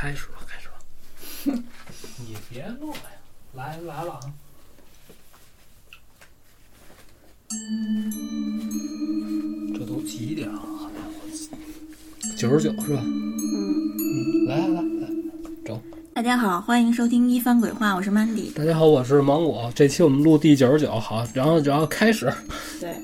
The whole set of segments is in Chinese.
开始吧。你别录了呀，来了啊！这都几点了？好家伙，99是吧？来，走。 大家好，欢迎收听一番鬼话，我是 Mandy。 大家好，我是芒果。这期我们录第99，好，然后开始。 对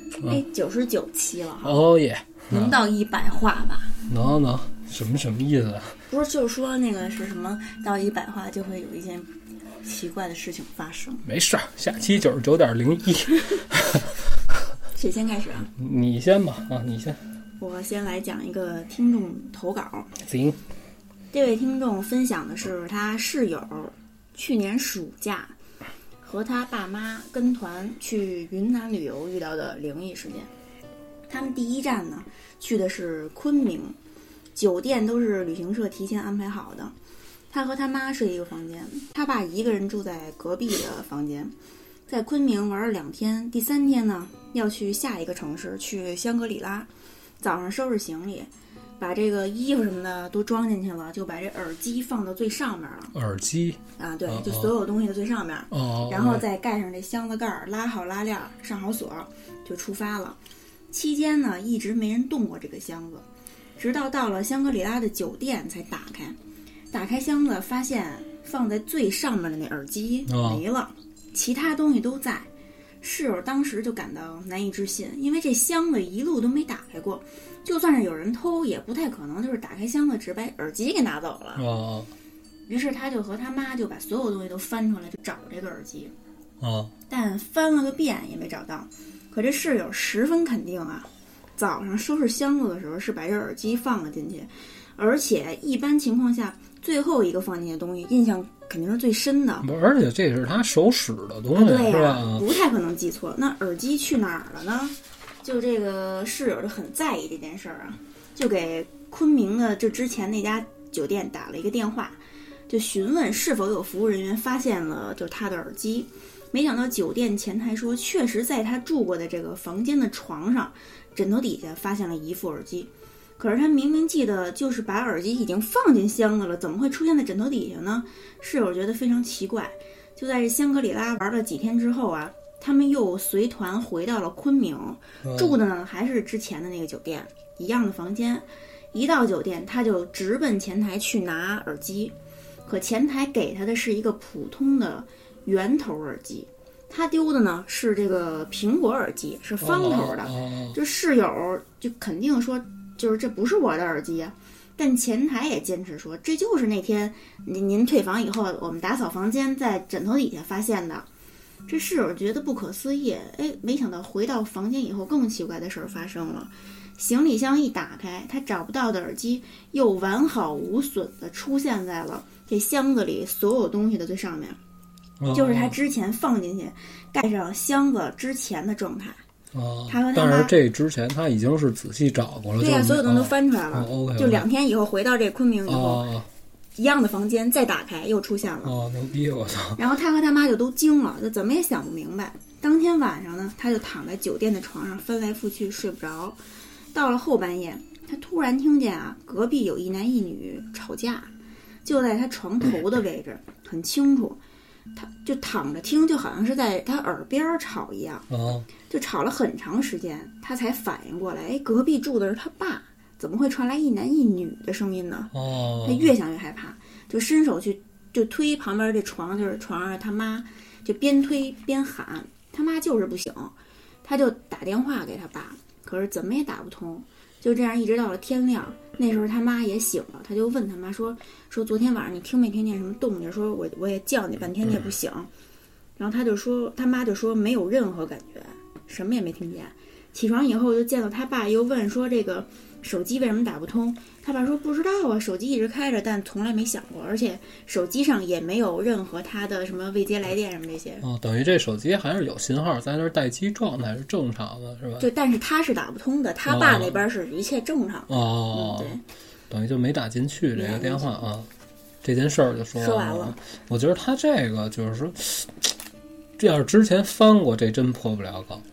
，99期了哈。 哦耶！ 能到100话吧？ 能，什么意思？ 不是，就是说那个是什么？到100话就会有一件奇怪的事情发生。 没事，下期99.01。 谁先开始啊？ 你先吧，你先。 我先来讲一个听众投稿。 行。 这位听众分享的是他室友去年暑假和他爸妈跟团去云南旅游遇到的灵异事件。他们第一站呢去的是昆明，酒店都是旅行社提前安排好的。他和他妈睡一个房间，他爸一个人住在隔壁的房间。在昆明玩了2天，第3天呢要去下一个城市，去香格里拉。早上收拾行李，把这个衣服什么的都装进去了，就把这耳机放到最上面了。耳机啊，对，就所有东西的最上面。然后再盖上这箱子盖儿，拉好拉链，上好锁，就出发了。期间呢，一直没人动过这个箱子，直到到了香格里拉的酒店才打开。打开箱子，发现放在最上面的那耳机没了，其他东西都在。室友当时就感到难以置信，因为这箱子一路都没打开过，就算是有人偷，也不太可能就是打开箱子只把耳机给拿走了。于是他就和他妈就把所有东西都翻出来，就找这个耳机。但翻了个遍也没找到。可这室友十分肯定啊，早上收拾箱子的时候是把这耳机放了进去，而且一般情况下最后一个放进去的东西印象肯定是最深的。 而且这是他手使的东西， 对呀， 是吧？ 不太可能记错。那耳机去哪儿了呢？就这个室友就很在意这件事儿啊，就给昆明的就之前那家酒店打了一个电话，就询问是否有服务人员发现了就是他的耳机。没想到酒店前台说，确实在他住过的这个房间的床上枕头底下发现了一副耳机。可是他明明记得就是把耳机已经放进箱子了，怎么会出现在枕头底下呢？室友觉得非常奇怪。就在这香格里拉玩了几天之后啊，他们又随团回到了昆明，住的呢还是之前的那个酒店，一样的房间。一到酒店，他就直奔前台去拿耳机，可前台给他的是一个普通的圆头耳机，他丢的呢是这个苹果耳机，是方头的。就室友就肯定说，就是这不是我的耳机啊。但前台也坚持说，这就是那天您退房以后，我们打扫房间在枕头底下发现的。这室友觉得不可思议，没想到回到房间以后，更奇怪的事儿发生了。行李箱一打开，他找不到的耳机又完好无损地出现在了这箱子里所有东西的最上面。就是他之前放进去盖上箱子之前的状态。 但是这之前他已经是仔细找过了。 对呀，所有东西都翻出来了。就2天以后回到这昆明以后，一样的房间再打开又出现了。 牛逼，我操！ 然后他和他妈就都惊了，就怎么也想不明白。当天晚上呢，他就躺在酒店的床上翻来覆去睡不着。到了后半夜，他突然听见隔壁有一男一女吵架，就在他床头的位置，很清楚。他就躺着听，就好像是在他耳边吵一样。就吵了很长时间，他才反应过来，隔壁住的是他爸，怎么会传来一男一女的声音呢？他越想越害怕，就伸手去就推旁边这床，就是床上他妈，就边推边喊，他妈就是不醒。他就打电话给他爸，可是怎么也打不通。就这样一直到了天亮，那时候他妈也醒了，他就问他妈说昨天晚上你听没听见什么动静？说我也叫你半天你也不醒。然后他妈就说没有任何感觉，什么也没听见。起床以后就见到他爸，又问说这个手机为什么打不通？他爸说不知道啊，手机一直开着，但从来没响过，而且手机上也没有任何他的什么未接来电什么这些。 等于这手机还是有信号，在那待机状态是正常的，是吧？ 对，但是他是打不通的，他爸那边是一切正常。 对，等于就没打进去这个电话啊。这件事儿就说完了。 我觉得他这个就是说，这要是之前翻过，这真破不了梗了。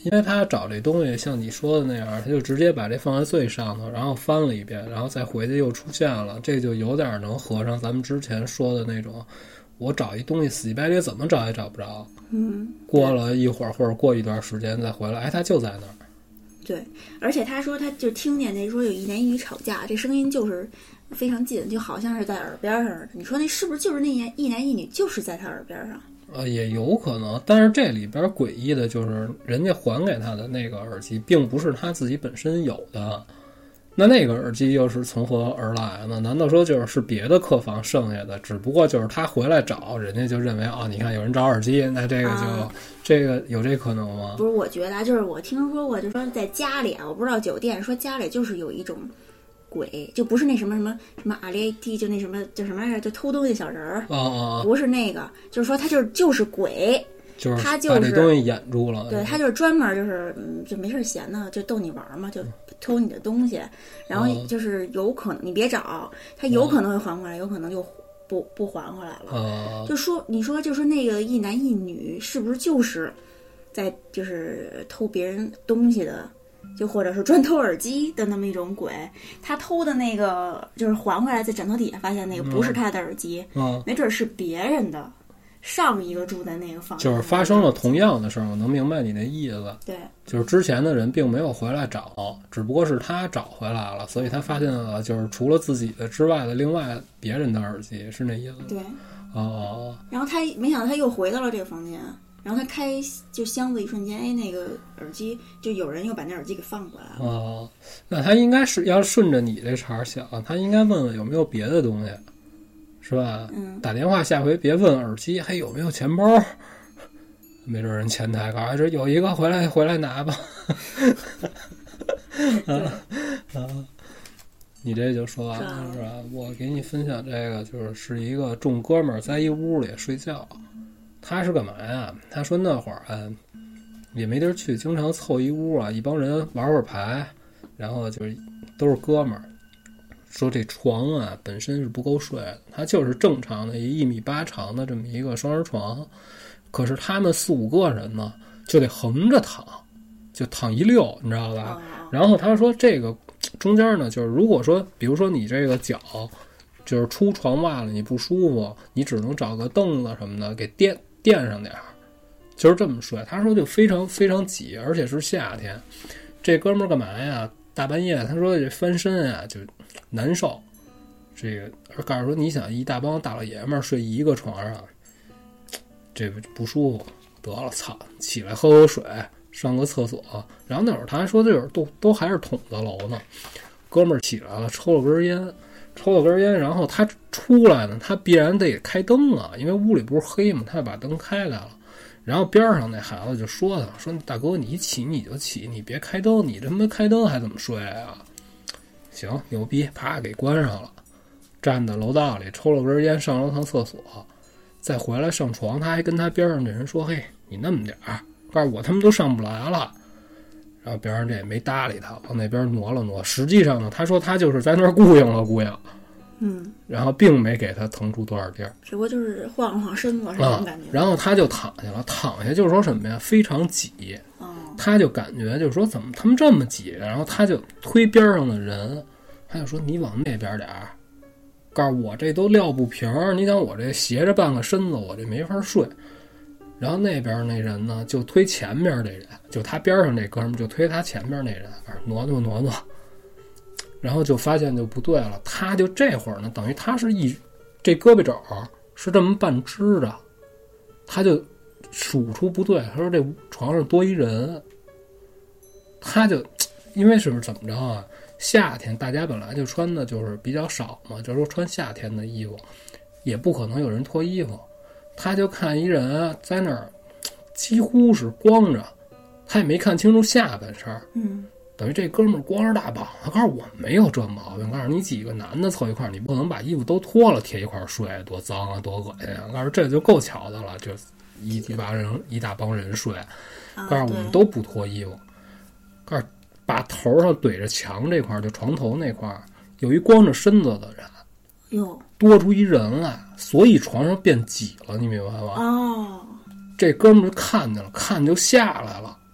因为他找这东西像你说的那样，他就直接把这放在最上头，然后翻了一遍，然后再回去又出现了，这就有点能合上咱们之前说的那种，我找一东西死乞白赖怎么找也找不着，过了一会儿或者过一段时间再回来，哎，他就在那儿。 对，而且他说他就听见那说有一男一女吵架，这声音就是非常近，就好像是在耳边上似的。你说那是不是就是那一男一女就是在他耳边上？ 也有可能，但是这里边诡异的就是人家还给他的那个耳机并不是他自己本身有的，那个耳机又是从何而来呢？难道说就是别的客房剩下的，只不过就是他回来找，人家就认为你看有人找耳机，那这个就、这个有这可能吗？ 不是，我觉得就是我听说过，就说在家里啊，我不知道酒店说家里就是有一种鬼，就不是那什么阿列蒂，就那什么叫什么来着，就偷东西小人儿不是那个，就是说他就是鬼。 就是他把这东西掩住了， 对，他就是专门就没事闲的就逗你玩嘛，就偷你的东西，然后就是有可能你别找他，有可能会还回来，有可能就不还回来了。就说你说就是那个一男一女是不是就是在就是偷别人东西的，就或者是专偷耳机的那么一种鬼？他偷的那个就是还回来，在枕头底下发现那个不是他的耳机，没准是别人的。上一个住在那个房间， 就是发生了同样的事儿，我能明白你那意思。 对， 就是之前的人并没有回来找，只不过是他找回来了，所以他发现了就是除了自己的之外的另外别人的耳机，是那意思。 对，然后他没想到他又回到了这个房间，然后他开就箱子一瞬间，那个耳机就有人又把那耳机给放过来了。 那他应该是要顺着你这茬想，他应该问问有没有别的东西。是吧？打电话下回别问耳机，还有没有钱包？没准人前台告诉这有一个，回来拿吧。你这就说完了是吧？我给你分享这个，是一个众哥们儿在一屋里睡觉，他是干嘛呀？他说那会儿也没地儿去，经常凑一屋一帮人玩会儿牌，然后就是都是哥们儿。说这床本身是不够睡的，它就是正常的1.8米长的这么一个双人床，可是他们4、5个人呢就得横着躺，就躺一溜，你知道吧？然后他说这个中间呢，就是如果说比如说你这个脚就是出床外了，你不舒服，你只能找个凳子什么的给垫上点儿，就是这么睡。他说就非常非常挤，而且是夏天。这哥们儿干嘛呀？大半夜他说这翻身就难受，这个告诉说你想一大帮大老爷们儿睡一个床上，这个不舒服，得了操，起来喝口水，上个厕所。然后那会儿他还说这会儿都还是筒子楼呢，哥们儿起来了，抽了根烟，然后他出来呢，他必然得开灯啊，因为屋里不是黑嘛，他就把灯开开了。然后边上那孩子就说他说大哥你起你就起，你别开灯，你这么开灯还怎么睡啊？行，牛逼，啪给关上了，站在楼道里抽了根烟，上了趟厕所，再回来上床，他还跟他边上这人说嘿你那么点儿，告诉我他们都上不来了。然后边上这也没搭理他，往那边挪了挪。实际上呢，他说他就是在那儿雇佣了，然后并没给他腾出多少地儿， 只不过就是晃晃身子，是这种感觉。 然后他就躺下了，躺下就是说什么呀？非常挤。他就感觉就是说怎么他们这么挤，然后他就推边上的人，他就说你往那边点儿，告诉我这都撂不平，你想我这斜着半个身子，我这没法睡。然后那边那人呢就推前边这人，就他边上这哥们就推他前边那人，挪挪，然后就发现就不对了。他就这会儿呢，等于他是这胳膊肘是这么半支的，他就数出不对，他说这床上多一人。他就因为是怎么着啊？夏天大家本来就穿的就是比较少嘛，就是说穿夏天的衣服，也不可能有人脱衣服。他就看一人在那儿，几乎是光着，他也没看清楚下半身。等于这哥们儿光着大膀子，告诉我没有这毛病。告诉你几个男的凑一块儿，你不可能把衣服都脱了贴一块儿睡，多脏啊，多恶心啊！告诉这就够巧的了，就一大帮人睡。告诉我们都不脱衣服，告诉把头上怼着墙这块儿，就床头那块儿有一光着身子的人。多出一人来，所以床上变挤了，你明白吗？这哥们儿看见了，看就下来了，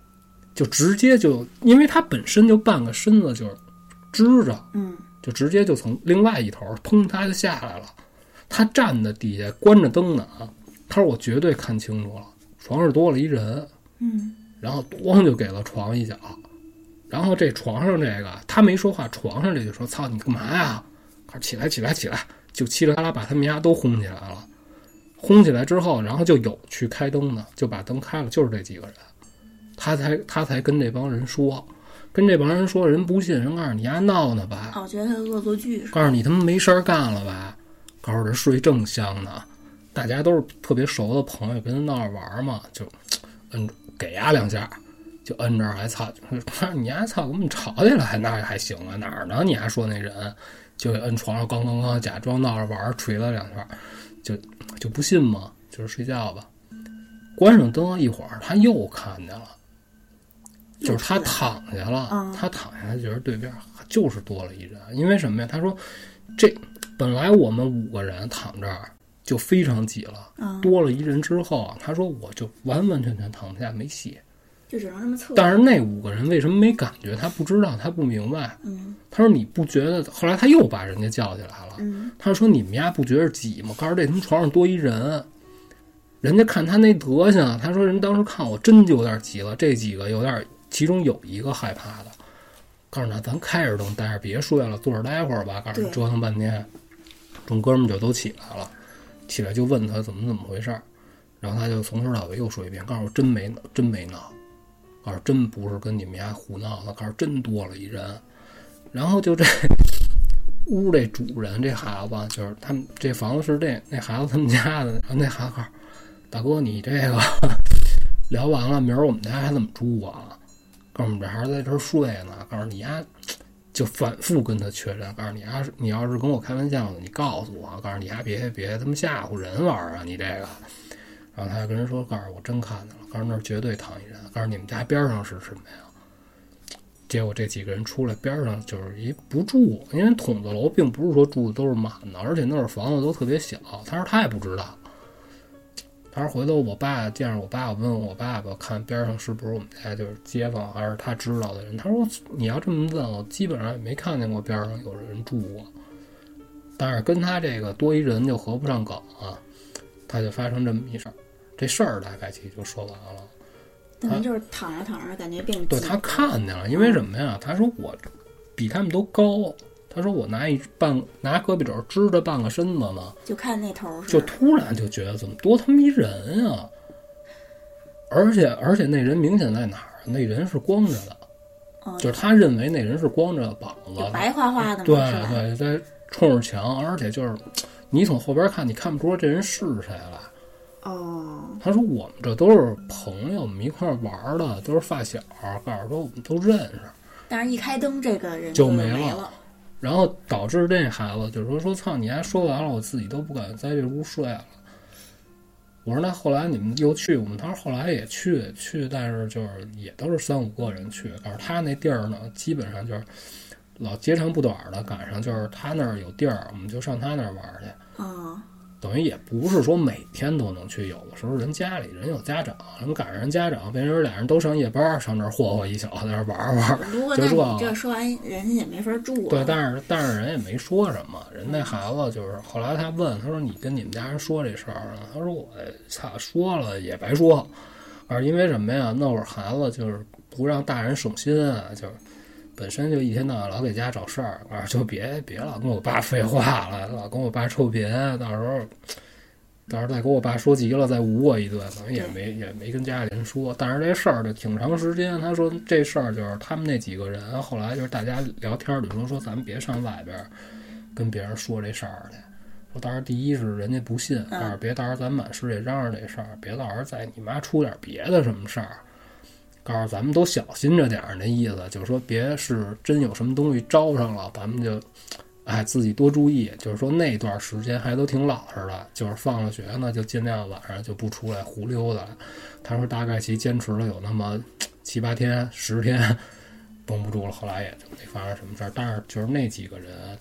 就直接就，因为他本身就半个身子就是支着，就直接就从另外一头砰他就下来了。他站在底下关着灯呢啊，他说我绝对看清楚了，床上多了一人，然后咣就给了床一脚，然后这床上这个他没说话，床上这就说操你干嘛呀？起来起来起来，就嘁哩喀啦把他们家都轰起来了。轰起来之后，然后就有去开灯的，就把灯开了，就是这几个人。他才跟这帮人说，人不信，人告诉你丫闹呢吧？ 觉得他恶作剧， 告诉你他们没事干了吧？告诉这睡正香呢，大家都是特别熟的朋友，跟他闹着玩嘛，就给丫2下，就摁这儿还操，你丫操，跟我们吵起来那还行啊？哪儿呢？你还说那人就摁床上，咣咣咣，假装闹着玩，捶了2下，就不信嘛，就是睡觉吧。关上灯一会儿，他又看见了。就是他躺下了，他躺下觉得对面就是多了一人，因为什么呀？他说，这本来我们5个人躺这儿就非常挤了，多了一人之后啊，他说我就完完全全躺不下，没戏， 就只能这么测。 但是那5个人为什么没感觉？他不知道，他不明白。他说你不觉得？后来他又把人家叫起来了，他说你们家不觉得挤吗？告诉这他妈床上多一人。人家看他那德行，他说人当时看我真就有点急了，这几个有点。其中有一个害怕的，告诉他咱开着灯，待着别睡了，坐着待会儿吧。告诉你折腾半天，众哥们就都起来了，起来就问他怎么回事，然后他就从头到尾又说一遍，告诉我真没闹，告诉真不是跟你们家胡闹的，告诉真多了一人。然后就这屋这主人这孩子，就是他们这房子是那孩子他们家的，然后那孩子告诉大哥你这个聊完了，明儿我们家还怎么住啊？告诉我们这孩子在这儿睡呢，告诉你丫就反复跟他确认，告诉你要是跟我开玩笑的，你告诉我，告诉你丫别他妈吓唬人玩啊，你这个。然后他跟人说，告诉我真看见了，告诉那儿绝对躺一人，告诉你们家边上是什么呀？结果这几个人出来，边上就是一不住，因为筒子楼并不是说住的都是满的，而且那会儿房子都特别小。他说他也不知道。他说回头我爸见着我爸，我问我爸爸看边上是不是我们家就是街坊还是他知道的人。他说你要这么问，我基本上也没看见过边上有人住过，但是跟他这个多一人就合不上梗啊，他就发生这么一事儿。这事儿大概其实就说完了。 等于就是躺着躺着感觉变对，他看见了，因为什么呀？他说我比他们都高。他说我拿胳膊肘支着半个身子嘛， 就看那头， 就突然就觉得怎么多他妈一人啊！而且那人明显在哪儿？那人是光着的，就是他认为那人是光着膀子， 白花花的嘛， 对，在冲着墙，而且就是你从后边看，你看不出这人是谁来。他说我们这都是朋友，我们一块玩的，都是发小，告诉说我们都认识。 但是一开灯，这个人就没了。然后导致这孩子就是说操你还说完了，我自己都不敢在这屋睡了。我说那后来你们又去我们，他说后来也去，但是就是也都是3-5个人去。而他那地儿呢，基本上就是老截长不短的，赶上就是他那儿有地儿，我们就上他那儿玩去。等于也不是说每天都能去，有的时候人家里人有家长，人赶上人家长，别人俩人都上夜班，上这儿霍霍一宿，在这玩玩。 如果那你这说完，人家也没法住。 对，但是人也没说什么。人那孩子就是后来他问他说：“你跟你们家人说这事儿了？”他说：“我操，说了也白说。”因为什么呀？那会儿孩子就是不让大人省心啊，就是本身就一天到晚老给家找事儿，就别老跟我爸废话了，老跟我爸臭贫，到时候再给我爸说急了，再捂我一顿，也没跟家里人说。但是这事儿就挺长时间。他说这事儿就是他们那几个人，后来就是大家聊天就说咱们别上外边跟别人说这事儿去。说当然第一是人家不信，但是别到时候咱满世界嚷嚷这事儿，别到时候再你妈出点别的什么事儿。告诉咱们都小心着点儿，那意思就是说别是真有什么东西招上了，咱们就自己多注意。就是说那段时间还都挺老实的，就是放了学呢就尽量晚上就不出来胡溜达。他说大概其坚持了有那么7-8天10天绷不住了，后来也就没发生什么事儿。但是就是那几个人就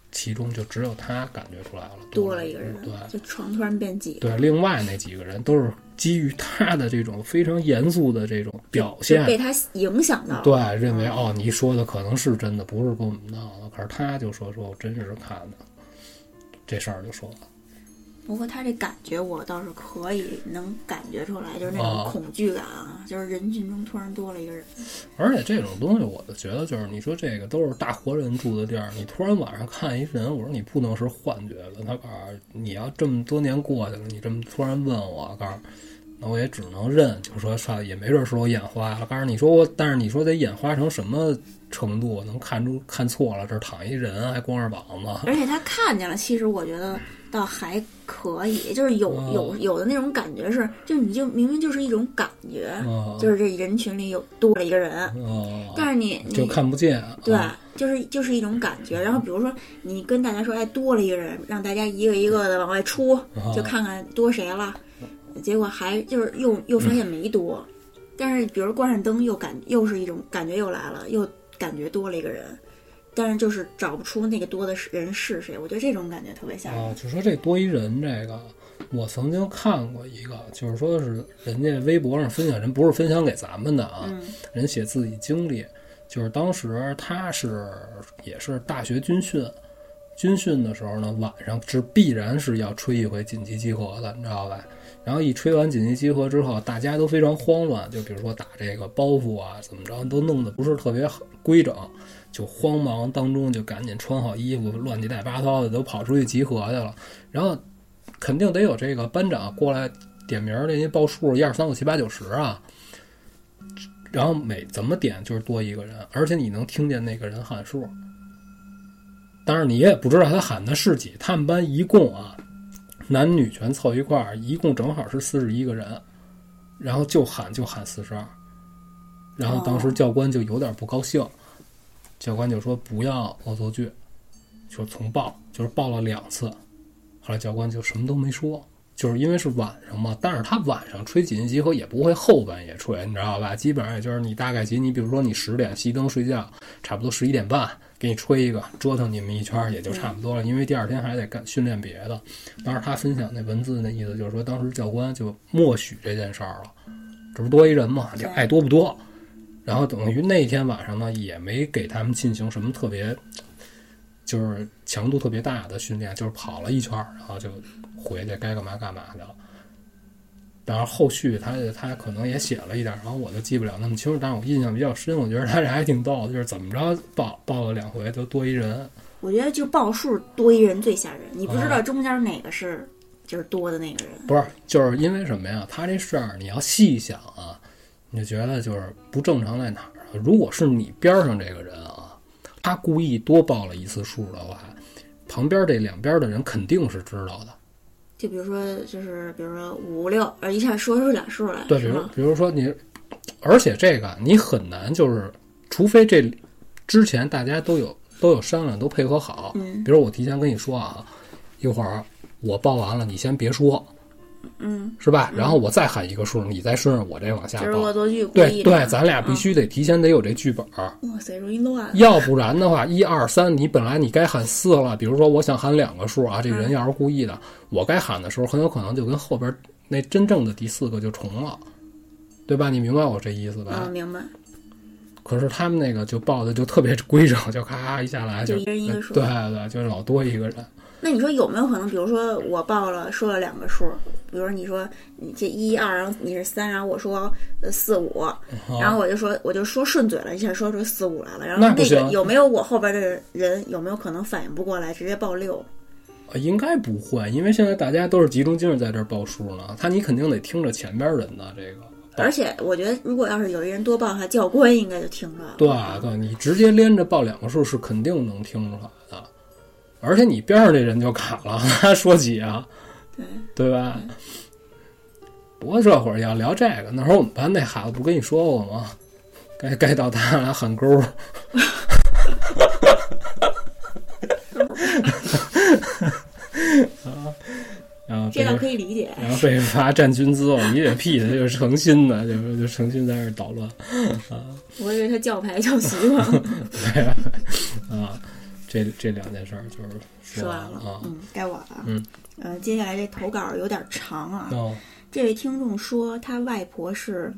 其中就只有他感觉出来了多了一个人， 对， 就床突然变挤。 对，另外那几个人都是基于他的这种非常严肃的这种表现， 被他影响到了。 对，认为你说的可能是真的，不是跟我们闹的。可是他就说我真是看的，这事儿就说了。 不过他这感觉我倒是可以能感觉出来，就是那种恐惧感啊，就是人群中突然多了一个人。 而且这种东西，我就觉得就是你说这个都是大活人住的地儿，你突然晚上看一人，我说你不能是幻觉了。他告诉你要这么多年过去了，你这么突然问我，告诉那我也只能认，就说算了，也没准是我眼花了。告诉你说但是你说得眼花成什么程度，能看错了，这儿躺一人还光着膀子。 而且他看见了，其实我觉得倒还可以，就是有的那种感觉是，就你就明明就是一种感觉，就是这人群里有多了一个人，但是你就看不见。 对，就是一种感觉。然后比如说你跟大家说，多了一个人，让大家一个一个的往外出，就看看多谁了。结果还就是又发现没多，但是比如关上灯又是一种感觉又来了，又感觉多了一个人，但是就是找不出那个多的人是谁。我觉得这种感觉特别吓人。 就说这多一人这个，我曾经看过一个，就是说是人家微博上分享，人不是分享给咱们的啊，人写自己经历，就是当时他也是大学军训的时候呢，晚上必然是要吹一回紧急集合的，你知道吧？然后一吹完紧急集合之后，大家都非常慌乱，就比如说打这个包袱啊，怎么着都弄得不是特别规整，就慌忙当中就赶紧穿好衣服，乱七八糟的都跑出去集合去了。然后肯定得有这个班长过来点名，那些报数1、2、3、5、7、8、9、10啊。然后怎么点就是多一个人，而且你能听见那个人喊数。当然你也不知道他喊的是几，他们班一共男女全凑一块儿，一共正好是41个人，然后就喊42，然后当时教官就有点不高兴，教官就说不要恶作剧，就重报，就是报了2次，后来教官就什么都没说，就是因为是晚上嘛，但是他晚上吹紧急集合也不会后半夜吹，你知道吧？基本上也就是你大概你比如说你10点熄灯睡觉，差不多11点半。给你吹一个，折腾你们一圈也就差不多了，因为第二天还得训练别的。当时他分享那文字的意思就是说，当时教官就默许这件事儿了，这不多一人嘛，就爱多不多。然后等于那天晚上呢，也没给他们进行什么特别，就是强度特别大的训练，就是跑了一圈，然后就回去该干嘛干嘛去了。然后后续他可能也写了一点，然后我就记不了那么清楚，但是我印象比较深。我觉得他这还挺逗的，就是怎么着报了2回就多一人。 我觉得就报数多一人最吓人，你不知道中间哪个是就是多的那个人。 不是，就是因为什么呀？他这事儿你要细想啊，你就觉得就是不正常在哪儿啊？如果是你边上这个人啊，他故意多报了一次数的话，旁边这两边的人肯定是知道的。 就比如说5、6，一下说出俩数来。 对，比如说你，而且这个你很难，就是除非这之前大家都有商量，都配合好。比如我提前跟你说啊，一会儿我报完了，你先别说，是吧？然后我再喊一个数，你再顺着我这往下报。 就是恶作剧， 对，咱俩必须提前得有这剧本。 哇塞，容易乱。 要不然的话，1、2、3，你本来你该喊4了，比如说我想喊2个数啊，这人要是故意的，我该喊的时候很有可能就跟后边那真正的第4个就重了，对吧？你明白我这意思吧？ 明白。 可是他们那个就报的就特别规整，就咔一下来就一人一个数。 对，就老多一个人。 那你说有没有可能，比如说我报了说了2个数，比如说你说你这1、2，然后你是3，然后我说4、5，然后我就说顺嘴了，一下说出4、5来了，然后那个有没有我后边的人有没有可能反应不过来，直接报6？ 应该不会，因为现在大家都是集中精神在这儿报数呢，你肯定得听着前边人的这个。 而且我觉得，如果要是有一人多报，他教官应该就听出来了。 对，你直接连着报2个数是肯定能听出来的，而且你边上这人就卡了，他说几啊？对吧？不过这会儿要聊这个，那会儿我们班那孩子不跟你说过吗？该到他俩喊勾。然后这倒可以理解。 然后被罚站军姿，我理解屁的，就是诚心的，就诚心在这捣乱啊！ 我以为他叫牌叫习惯了。 对啊， 这两件事儿就是说完了啊。 该我了。接下来这投稿有点长啊。这位听众说他外婆是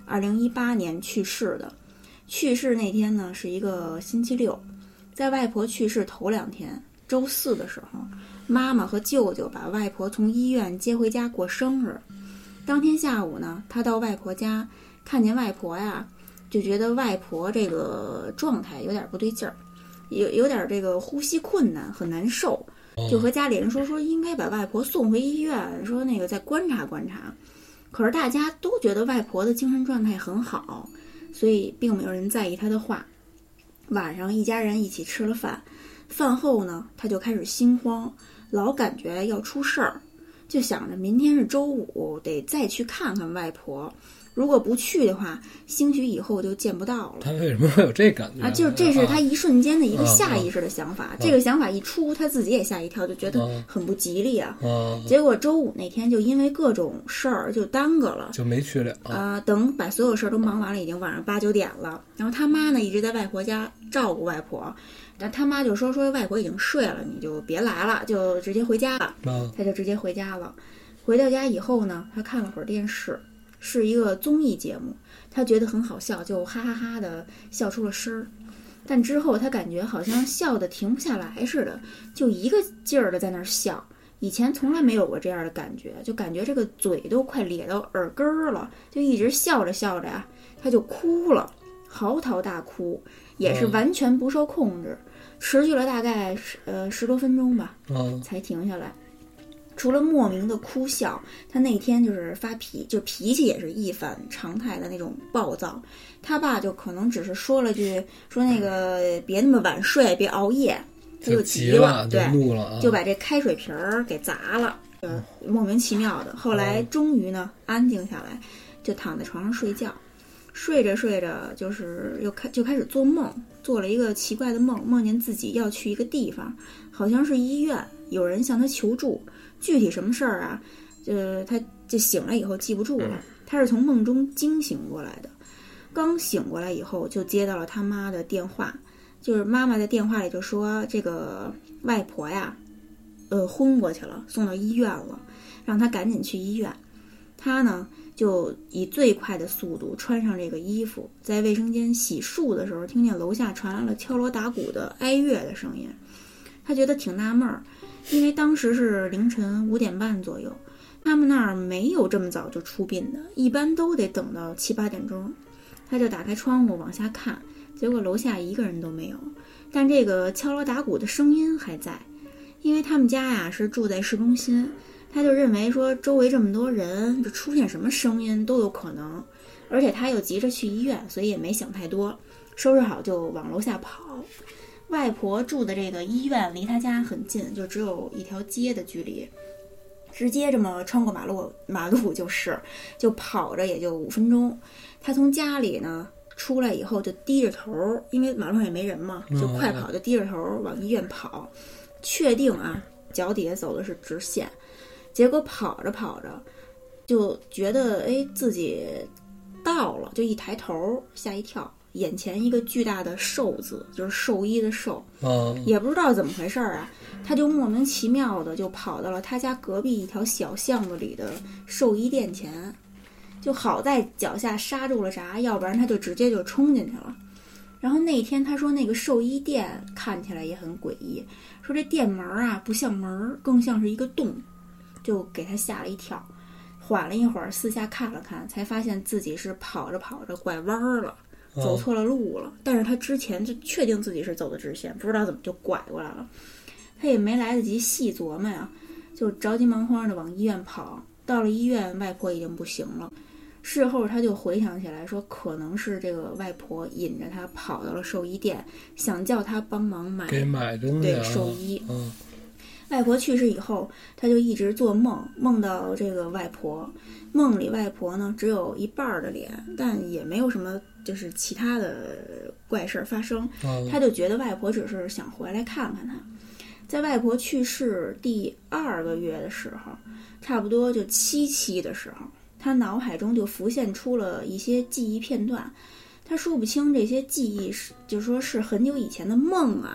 2018年去世的，去世那天呢是一个星期六，在外婆去世头2天，周4的时候，妈妈和舅舅把外婆从医院接回家过生日。当天下午呢，他到外婆家，看见外婆呀，就觉得外婆这个状态有点不对劲儿，有点这个呼吸困难，很难受，就和家里人说应该把外婆送回医院，说那个再观察观察。可是大家都觉得外婆的精神状态很好，所以并没有人在意她的话。晚上一家人一起吃了饭，饭后呢，他就开始心慌，老感觉要出事儿，就想着明天是周5，得再去看看外婆。如果不去的话，兴许以后就见不到了。 他为什么会有这感觉啊？ 就是这是他一瞬间的一个下意识的想法。这个想法一出，他自己也吓一跳，就觉得很不吉利啊。结果周5那天就因为各种事儿就耽搁了， 就没去了等把所有事儿都忙完了，已经晚上8、9点了。然后他妈呢一直在外婆家照顾外婆，但他妈就说外婆已经睡了，你就别来了，就直接回家吧。他就直接回家了。回到家以后呢，他看了会儿电视。是一个综艺节目，他觉得很好笑，就哈哈哈的笑出了声儿。但之后他感觉好像笑得停不下来似的，就一个劲儿的在那儿笑。以前从来没有过这样的感觉，就感觉这个嘴都快咧到耳根儿了，就一直笑着笑着呀，他就哭了，嚎啕大哭，也是完全不受控制，持续了大概10多分钟吧，才停下来。除了莫名的哭笑，他那天就是发脾气也是一反常态的那种暴躁。他爸就可能只是说了句说那个别那么晚睡，别熬夜，他就急了，对， 怒了， 就把这开水瓶儿给砸了，莫名其妙的。后来终于呢安静下来，就躺在床上睡觉。睡着睡着，就是就开始做梦，做了一个奇怪的梦，梦见自己要去一个地方，好像是医院，有人向他求助。具体什么事儿啊？他就醒了以后记不住了。他是从梦中惊醒过来的，刚醒过来以后就接到了他妈的电话，就是妈妈在电话里就说这个外婆呀，昏过去了，送到医院了，让他赶紧去医院。他呢就以最快的速度穿上这个衣服，在卫生间洗漱的时候，听见楼下传来了敲锣打鼓的哀乐的声音。他觉得挺纳闷儿。因为当时是凌晨5点半左右，他们那儿没有这么早就出殡的，一般都得等到7、8点钟。他就打开窗户往下看，结果楼下一个人都没有，但这个敲锣打鼓的声音还在。因为他们家呀是住在市中心，他就认为说周围这么多人，这出现什么声音都有可能，而且他又急着去医院，所以也没想太多，收拾好就往楼下跑。外婆住的这个医院离他家很近，就只有一条街的距离，直接这么穿过马路就跑着也就5分钟。他从家里呢出来以后就低着头，因为马路上也没人嘛，就快跑，就低着头往医院跑，确定啊脚底下走的是直线。结果跑着跑着就觉得自己到了，就一抬头吓一跳，眼前一个巨大的寿字，就是兽医的兽，也不知道怎么回事啊，他就莫名其妙的就跑到了他家隔壁一条小巷子里的兽医店前，就好在脚下刹住了闸，要不然他就直接就冲进去了。然后那天他说那个兽医店看起来也很诡异，说这店门啊不像门，更像是一个洞，就给他吓了一跳。缓了一会儿，四下看了看，才发现自己是跑着跑着拐弯了，走错了路了。但是他之前就确定自己是走的直线，不知道怎么就拐过来了。他也没来得及细琢磨呀，就着急忙慌的往医院跑。到了医院，外婆已经不行了。事后他就回想起来说，可能是这个外婆引着他跑到了兽医店，想叫他帮忙买东西， 对，兽医。外婆去世以后，他就一直做梦，梦到这个外婆。梦里外婆呢只有一半的脸，但也没有什么就是其他的怪事发生。他就觉得外婆只是想回来看看他。在外婆去世第2个月的时候，差不多就7期的时候，他脑海中就浮现出了一些记忆片段。他说不清这些记忆就是说是很久以前的梦啊，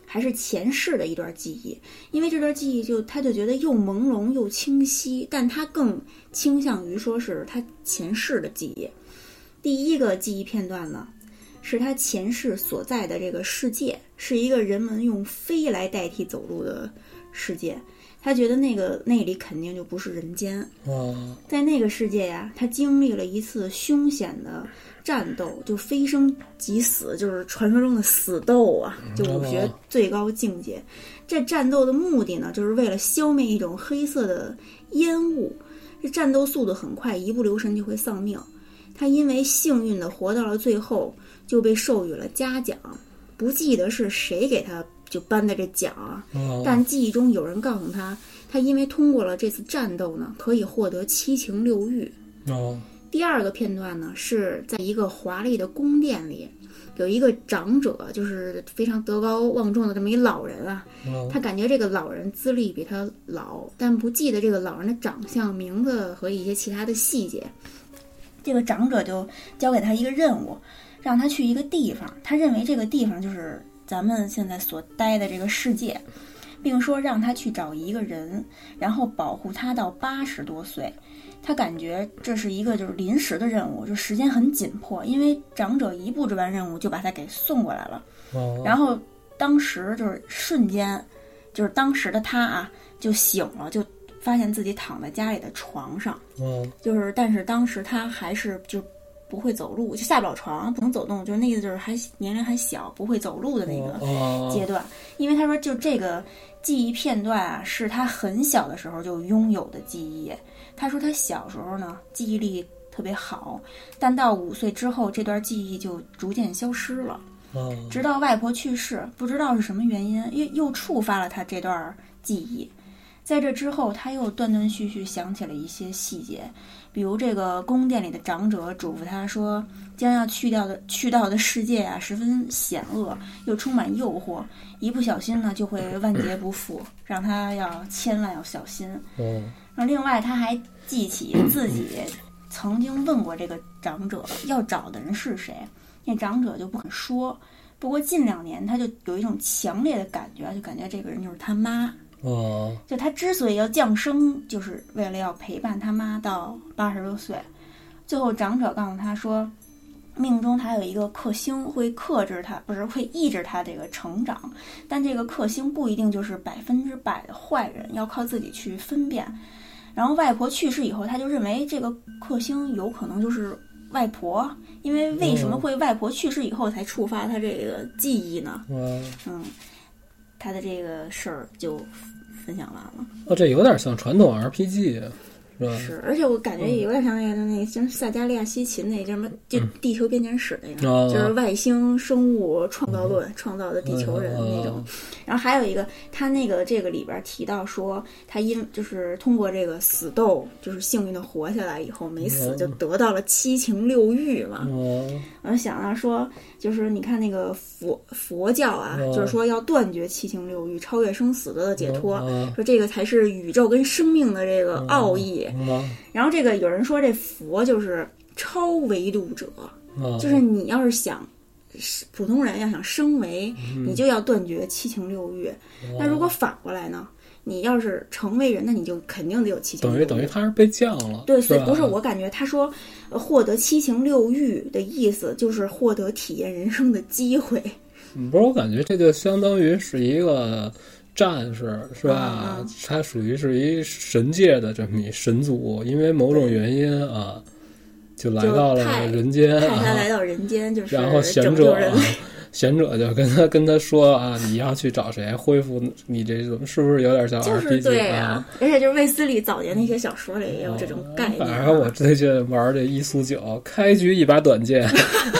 还是前世的一段记忆。因为这段记忆他就觉得又朦胧又清晰，但他更倾向于说是他前世的记忆。第一个记忆片段呢，是他前世所在的这个世界，是一个人们用飞来代替走路的世界。他觉得那里肯定就不是人间。在那个世界呀，他经历了一次凶险的战斗，就飞升即死，就是传说中的死斗啊，就武学最高境界。这战斗的目的呢，就是为了消灭一种黑色的烟雾。这战斗速度很快，一不留神就会丧命。他因为幸运的活到了最后，就被授予了嘉奖。不记得是谁给他就颁的这奖啊，但记忆中有人告诉他，他因为通过了这次战斗呢，可以获得七情六欲。第二个片段呢，是在一个华丽的宫殿里，有一个长者，就是非常德高望重的这么一老人啊。他感觉这个老人资历比他老，但不记得这个老人的长相、名字和一些其他的细节。这个长者就交给他一个任务，让他去一个地方，他认为这个地方就是咱们现在所待的这个世界，并说让他去找一个人，然后保护他到80多岁。他感觉这是一个就是临时的任务，就时间很紧迫，因为长者一布置完任务就把他给送过来了。然后当时就是瞬间，就是当时的他啊就醒了，就发现自己躺在家里的床上。就是但是当时他还是就不会走路，就下不了床，不能走动，就是那意思就是还年龄还小，不会走路的那个阶段。因为他说就这个记忆片段啊，是他很小的时候就拥有的记忆。他说他小时候呢记忆力特别好，但到5岁之后这段记忆就逐渐消失了。直到外婆去世，不知道是什么原因又触发了他这段记忆。在这之后他又断断续续想起了一些细节，比如这个宫殿里的长者嘱咐他说，将要去到的世界啊十分险恶，又充满诱惑，一不小心呢就会万劫不复，让他千万要小心。另外他还记起自己曾经问过这个长者要找的人是谁，那长者就不肯说。不过近2年他就有一种强烈的感觉，就感觉这个人就是他妈。就他之所以要降生，就是为了要陪伴他妈到80多岁。最后长者告诉他说，命中他有一个克星会克制他，不是会抑制他这个成长，但这个克星不一定就是100%的坏人，要靠自己去分辨。然后外婆去世以后，他就认为这个克星有可能就是外婆，因为为什么会外婆去世以后才触发他这个记忆呢？他的这个事儿就分享完了。 这有点像传统 RPG，是吧？ 是，而且我感觉也有点像那个像萨加利亚西芹那什么，就地球编年史那个，就是外星生物创造论，创造的地球人那种。然后还有一个，他这个里边提到说，他就是通过这个死斗，就是幸运的活下来以后没死，就得到了7情6欲嘛。我就想到说，就是你看那个佛教啊，就是说要断绝7情6欲，超越生死得到解脱，说这个才是宇宙跟生命的这个奥义。然后这个有人说这佛就是超维度者，就是你要是想普通人要想升维，你就要断绝7情6欲。那如果反过来呢，你要是成为人，那你就肯定得有7情6欲， 等于他是被降了。 对，所以不是我感觉他说获得7情6欲的意思就是获得体验人生的机会。 不是，我感觉这就相当于是一个战士，是吧？他属于是一神界的这么一神族，因为某种原因啊，就来到了人间， 派他来到人间，就是然后贤者就跟他说啊，你要去找谁恢复你这种，是不是有点像 RPG？ 就是对啊，而且就是卫斯理早年那些小说里也有这种概念。 反正我最近玩这伊苏9，开局一把短剑。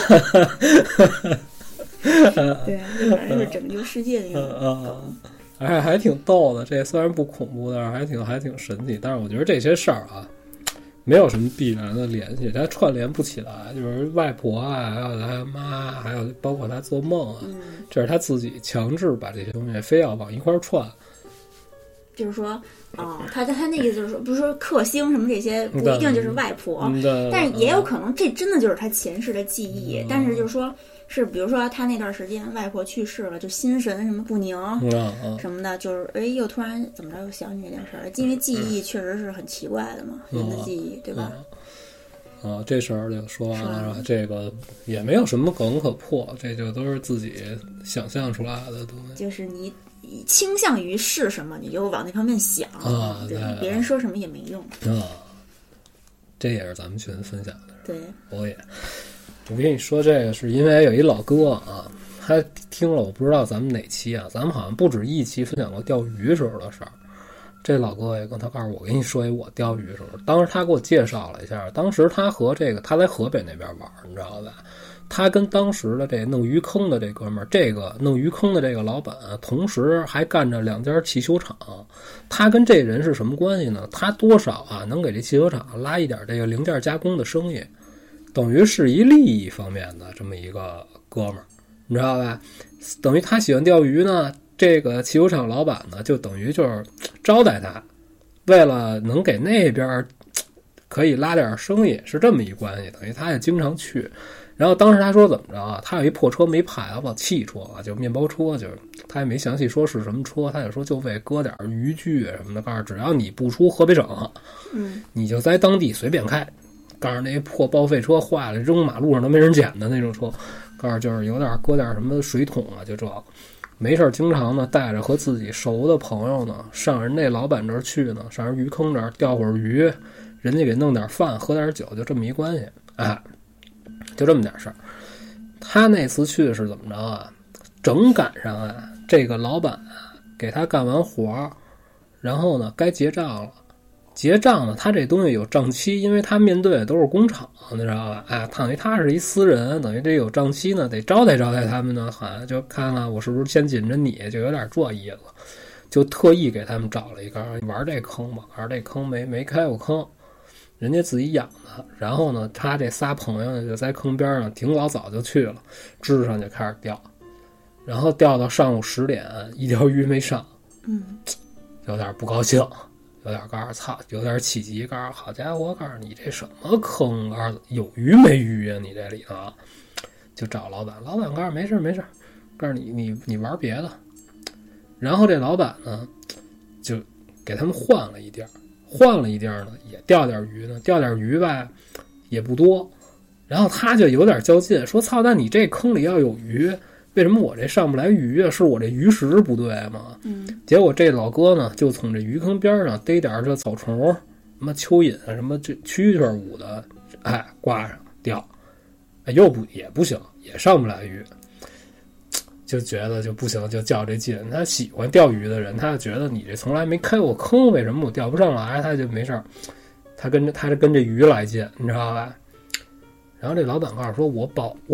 对，反正就是拯救世界的那种。 而且还挺逗的，这虽然不恐怖，但是还挺神奇。但是我觉得这些事儿啊，没有什么必然的联系，它串联不起来。就是外婆啊，还有他妈，还有包括他做梦啊，这是他自己强制把这些东西非要往一块儿串。 就是说，他那意思就是说，不是说克星什么这些不一定就是外婆，但是也有可能这真的就是他前世的记忆。但是就是说， 是比如说他那段时间外婆去世了，就心神什么不宁什么的，就是又突然怎么着又想起这件事儿了，因为记忆确实是很奇怪的嘛，人的记忆对吧？ 这事儿就说完了，这个也没有什么梗可破，这就都是自己想象出来的东西。 就是你倾向于是什么，你就往那方面想对，别人说什么也没用这也是咱们群分享的。 对， 我跟你说这个是因为有一老哥啊，他听了我不知道咱们哪期啊，咱们好像不止一期分享过钓鱼时候的事儿。这老哥也跟他告诉我跟你说一我钓鱼时候，当时他给我介绍了一下，当时他和他在河北那边玩，你知道吧？他跟当时的这弄鱼坑的这哥们儿，这个弄鱼坑的这个老板，同时还干着2家汽修厂。他跟这人是什么关系呢？他多少能给这汽修厂拉一点这个零件加工的生意，等于是一利益方面的这么一个哥们儿，你知道吧？等于他喜欢钓鱼呢，这个汽修厂老板呢，就等于就是招待他，为了能给那边可以拉点生意，是这么一关系。等于他也经常去。然后当时他说怎么着啊？他有一破车没牌子，汽车就面包车，就是他也没详细说是什么车，他就说就为搁点渔具什么的，告诉只要你不出河北省，你就在当地随便开。告诉那破报废车坏了扔马路上都没人捡的那种车，告诉就是有点搁点什么水桶就这没事经常呢带着和自己熟的朋友呢上人那老板这儿去呢，上人鱼坑这儿钓会儿鱼，人家给弄点饭喝点酒，就这么一关系就这么点事儿。他那次去是怎么着啊？正赶上这个老板给他干完活，然后呢该结账了。结账呢，他这东西有账期，因为他面对的都是工厂，你知道吧？等于他是一私人，等于这有账期呢，得招待招待他们呢，好像就看看我是不是先紧着你，就有点这意思，就特意给他们找了一个玩这坑吧，玩这坑没开过坑，人家自己养的。然后呢，他这仨朋友呢就在坑边上，挺老早就去了，支上就开始钓，然后钓到上午10点，一条鱼没上，有点不高兴。有点告诉操，有点起急，告诉好家伙，告诉你这什么坑？告诉有鱼没鱼啊？你这里头就找老板，老板告诉没事，告诉你玩别的。然后这老板呢，就给他们换了一地儿呢，也钓点鱼呢，钓点鱼吧，也不多。然后他就有点较劲，说操，那你这坑里要有鱼。为什么我这上不来鱼啊？是我这鱼食不对吗？结果这老哥呢，就从这鱼坑边上逮点这草虫、什么蚯蚓什么这蛐蛐舞的，挂上钓，也不行，也上不来鱼，就觉得就不行，就较这劲。他喜欢钓鱼的人，他就觉得你这从来没开过坑，为什么我钓不上来？他就没事儿，他跟这鱼来劲，你知道吧？然后这老板告诉说，我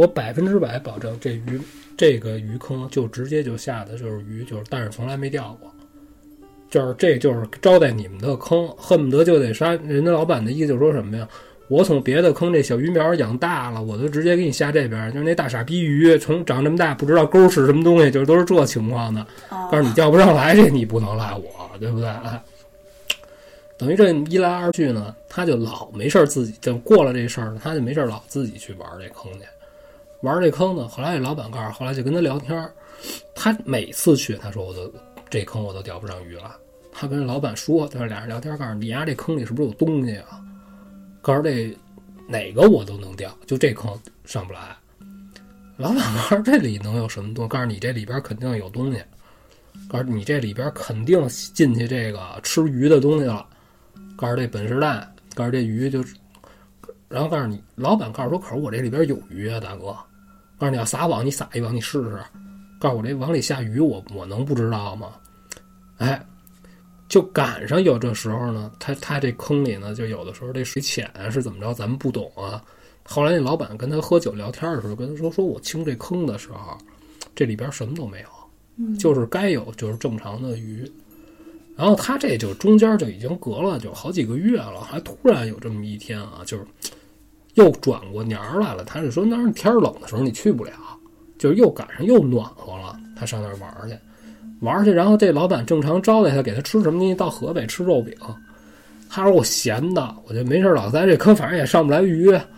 100%保证这个鱼坑就直接就下的就是鱼，但是从来没钓过，这就是招待你们的坑，恨不得就得杀人家老板的意思就是说什么呀？我从别的坑这小鱼苗养大了，我就直接给你下这边，就是那大傻逼鱼从长这么大不知道钩是什么东西，就是都是这情况的。但是你钓不上来，这你不能赖我，对不对？等于这一来二去呢，他就老没事自己就过了这事儿，他就没事老自己去玩这坑去。玩这坑呢，后来这老板告诉，后来就跟他聊天，他每次去，他说这坑我都钓不上鱼了。他跟老板说，就是俩人聊天，告诉你呀，这坑里是不是有东西啊？告诉这哪个我都能钓，就这坑上不来。老板告诉这里能有什么东西？告诉你这里边肯定有东西，告诉你这里边肯定进去这个吃鱼的东西了。告诉这本事大，告诉这鱼就，然后告诉你，老板告诉说，可是我这里边有鱼啊，大哥。告诉你要撒网，你撒一网，你试试。告诉我这网里下鱼，我能不知道吗？就赶上有这时候呢，他这坑里呢，就有的时候这水浅是怎么着，咱们不懂啊。后来那老板跟他喝酒聊天的时候，跟他说我清这坑的时候，这里边什么都没有，就是该有就是正常的鱼。然后他这就中间就已经隔了就好几个月了，还突然有这么一天啊，就是又转过年来了。他是说那是天冷的时候你去不了，就是又赶上又暖和了，他上那儿玩去。然后这老板正常招待他，给他吃什么东西？到河北吃肉饼。他说我闲的，我就没事老在这坑，反正也上不来鱼，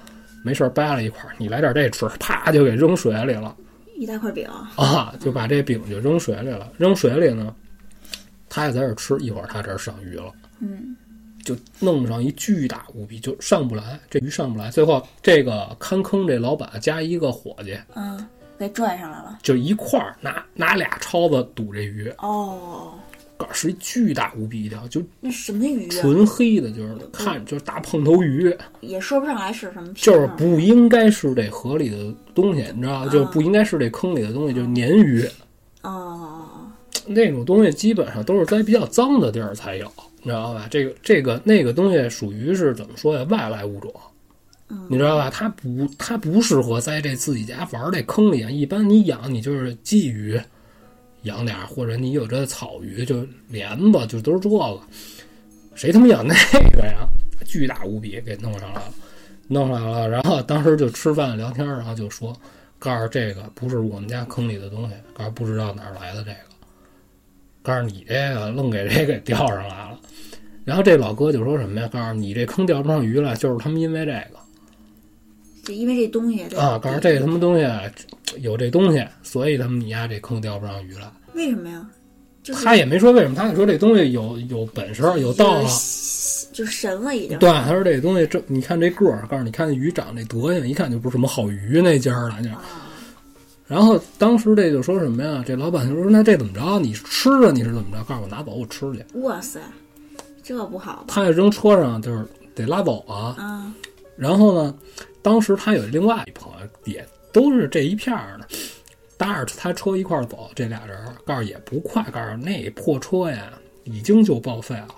没事掰了一块，你来点这吃，啪就给扔水里了， 一大块饼啊，就把这饼就扔水里了。扔水里呢，他也在这吃，一会儿他这儿上鱼了，就弄上一巨大无比，就上不来，这鱼上不来。最后这个看坑这老板加一个伙计， 给拽上来了， 就一块儿拿俩抄子堵这鱼。是一巨大无比一条，就那什么鱼啊？ 纯黑的，就是看就是大碰头鱼， 也说不上来是什么， 就是不应该是这河里的东西，你知道吗？就不应该是这坑里的东西，就是鲶鱼。那种东西基本上都是在比较脏的地儿才有，你知道吧？那个东西属于是怎么说呀？外来物种，你知道吧？它不适合在这自己家玩这坑里啊。一般你养你就是鲫鱼。养点，或者你有这草鱼，就莲子，就都是这个。谁他妈养那个呀？巨大无比，给弄上来了。然后当时就吃饭聊天，然后就说，告诉这个不是我们家坑里的东西，告诉不知道哪儿来的这个，告诉你这个愣给这给钓上来了。然后这老哥就说什么呀？告诉你这坑钓不上鱼来，就是他们因为这个。 就因为这东西啊，告诉这他妈东西有这东西，所以他们你家这坑钓不上鱼来。 为什么呀？ 他也没说为什么，他就说这东西有本事，有道了， 就神了已经。 对，他说这东西你看这个儿，告诉你看鱼长这德行，一看就不是什么好鱼那家了。然后当时这就说什么呀？这老板就说：“那这怎么着？你吃啊？你是怎么着？告诉我拿走，我吃去。” 哇塞，这不好吧？ 他也扔车上，就是得拉走啊。然后呢，当时他有另外一朋友，也都是这一片的。搭着他车一块儿走，这俩人告诉也不快，告诉那破车呀已经就报废了，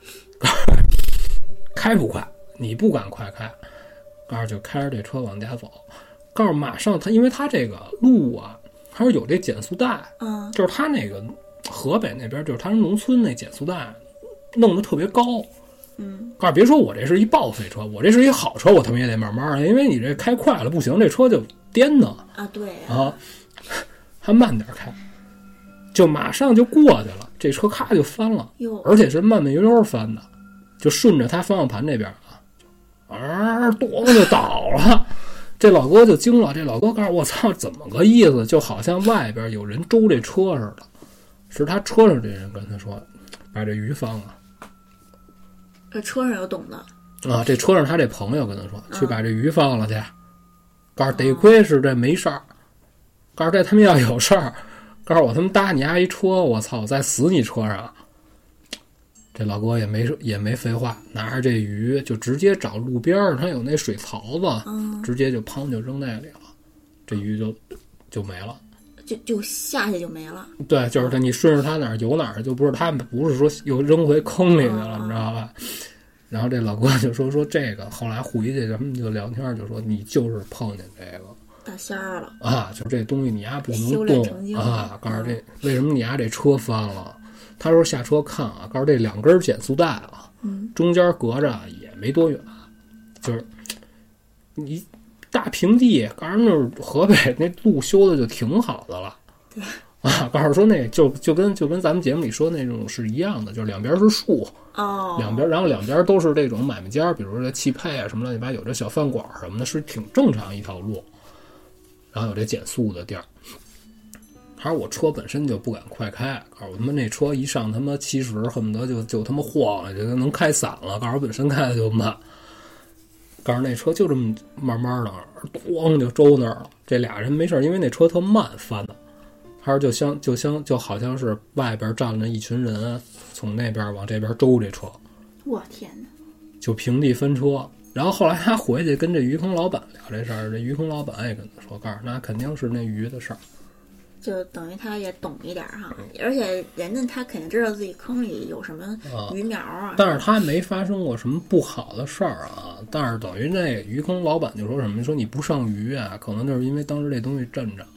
开不快，你不敢快开，告诉就开着这车往家走，告诉马上他，因为他这个路啊，他说有这减速带，就是他那个河北那边就是他农村那减速带弄得特别高，告诉别说我这是一报废车，我这是一好车，我他妈也得慢慢的，因为你这开快了不行，这车就颠呢对啊。还慢点开，就马上就过去了，这车咔就翻了，而且是慢慢悠悠翻的，就顺着他方向盘这边咣就倒了。这老哥就惊了，这老哥告诉我操，怎么个意思？就好像外边有人周这车似的，是他车上这人跟他说，把这鱼放了。 这车上有懂的啊，这车上他这朋友跟他说，去把这鱼放了去。告诉得亏是这没事儿。告诉这他们要有事儿，告诉我他们搭你丫一车，我操，我再死你车上。这老哥也没废话，拿着这鱼就直接找路边儿，他有那水槽子，直接就砰就扔那里了，这鱼就没了， 就下去就没了。 对，就是你顺着他哪儿游哪儿，就不是他们不是说又扔回坑里去了，你知道吧？然后这老哥就说这个，后来回去咱们就聊天，就说你就是碰见这个。 大仙儿了啊！就这东西你丫不能动啊！告诉这为什么你丫这车翻了？他说下车看啊，告诉这两根减速带啊，中间隔着也没多远，就是你大平地，告诉那河北那路修的就挺好的了。 对啊，告诉说那就跟咱们节目里说那种是一样的，就是两边是树两边然后两边都是这种买卖家，比如说这汽配啊什么乱七八糟，有这小饭馆什么的，是挺正常一条路。然后有这减速的地儿，还是我车本身就不敢快开，告诉我他妈那车一上他妈70，恨不得就他妈晃了，就能开散了。告诉我本身开的就慢，告诉那车就这么慢慢的，咣就周那儿了。这俩人没事，因为那车特慢翻的，还是就好像是外边站了一群人，从那边往这边周这车。 我天哪！ 就平地翻车。然后后来他回去跟这鱼坑老板聊这事儿，这鱼坑老板也跟他说，告诉那肯定是那鱼的事儿， 就等于他也懂一点哈，而且人家他肯定知道自己坑里有什么鱼苗啊。 但是他没发生过什么不好的事儿啊。但是等于那鱼坑老板就说什么，说你不上鱼啊，可能就是因为当时这东西镇着。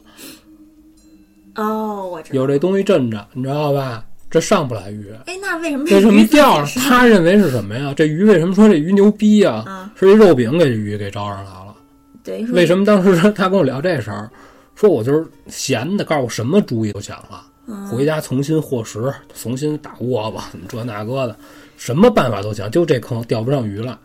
我知道有这东西镇着，你知道吧？这上不来鱼。 那为什么钓了？他认为是什么呀？这鱼为什么说这鱼牛逼啊？是一肉饼给这鱼给招上来了。 对， 为什么当时他跟我聊这事儿，说我就是闲的，告诉我什么主意都想了，回家重新和食，重新打窝子，这那个的，什么办法都想，就这坑钓不上鱼了。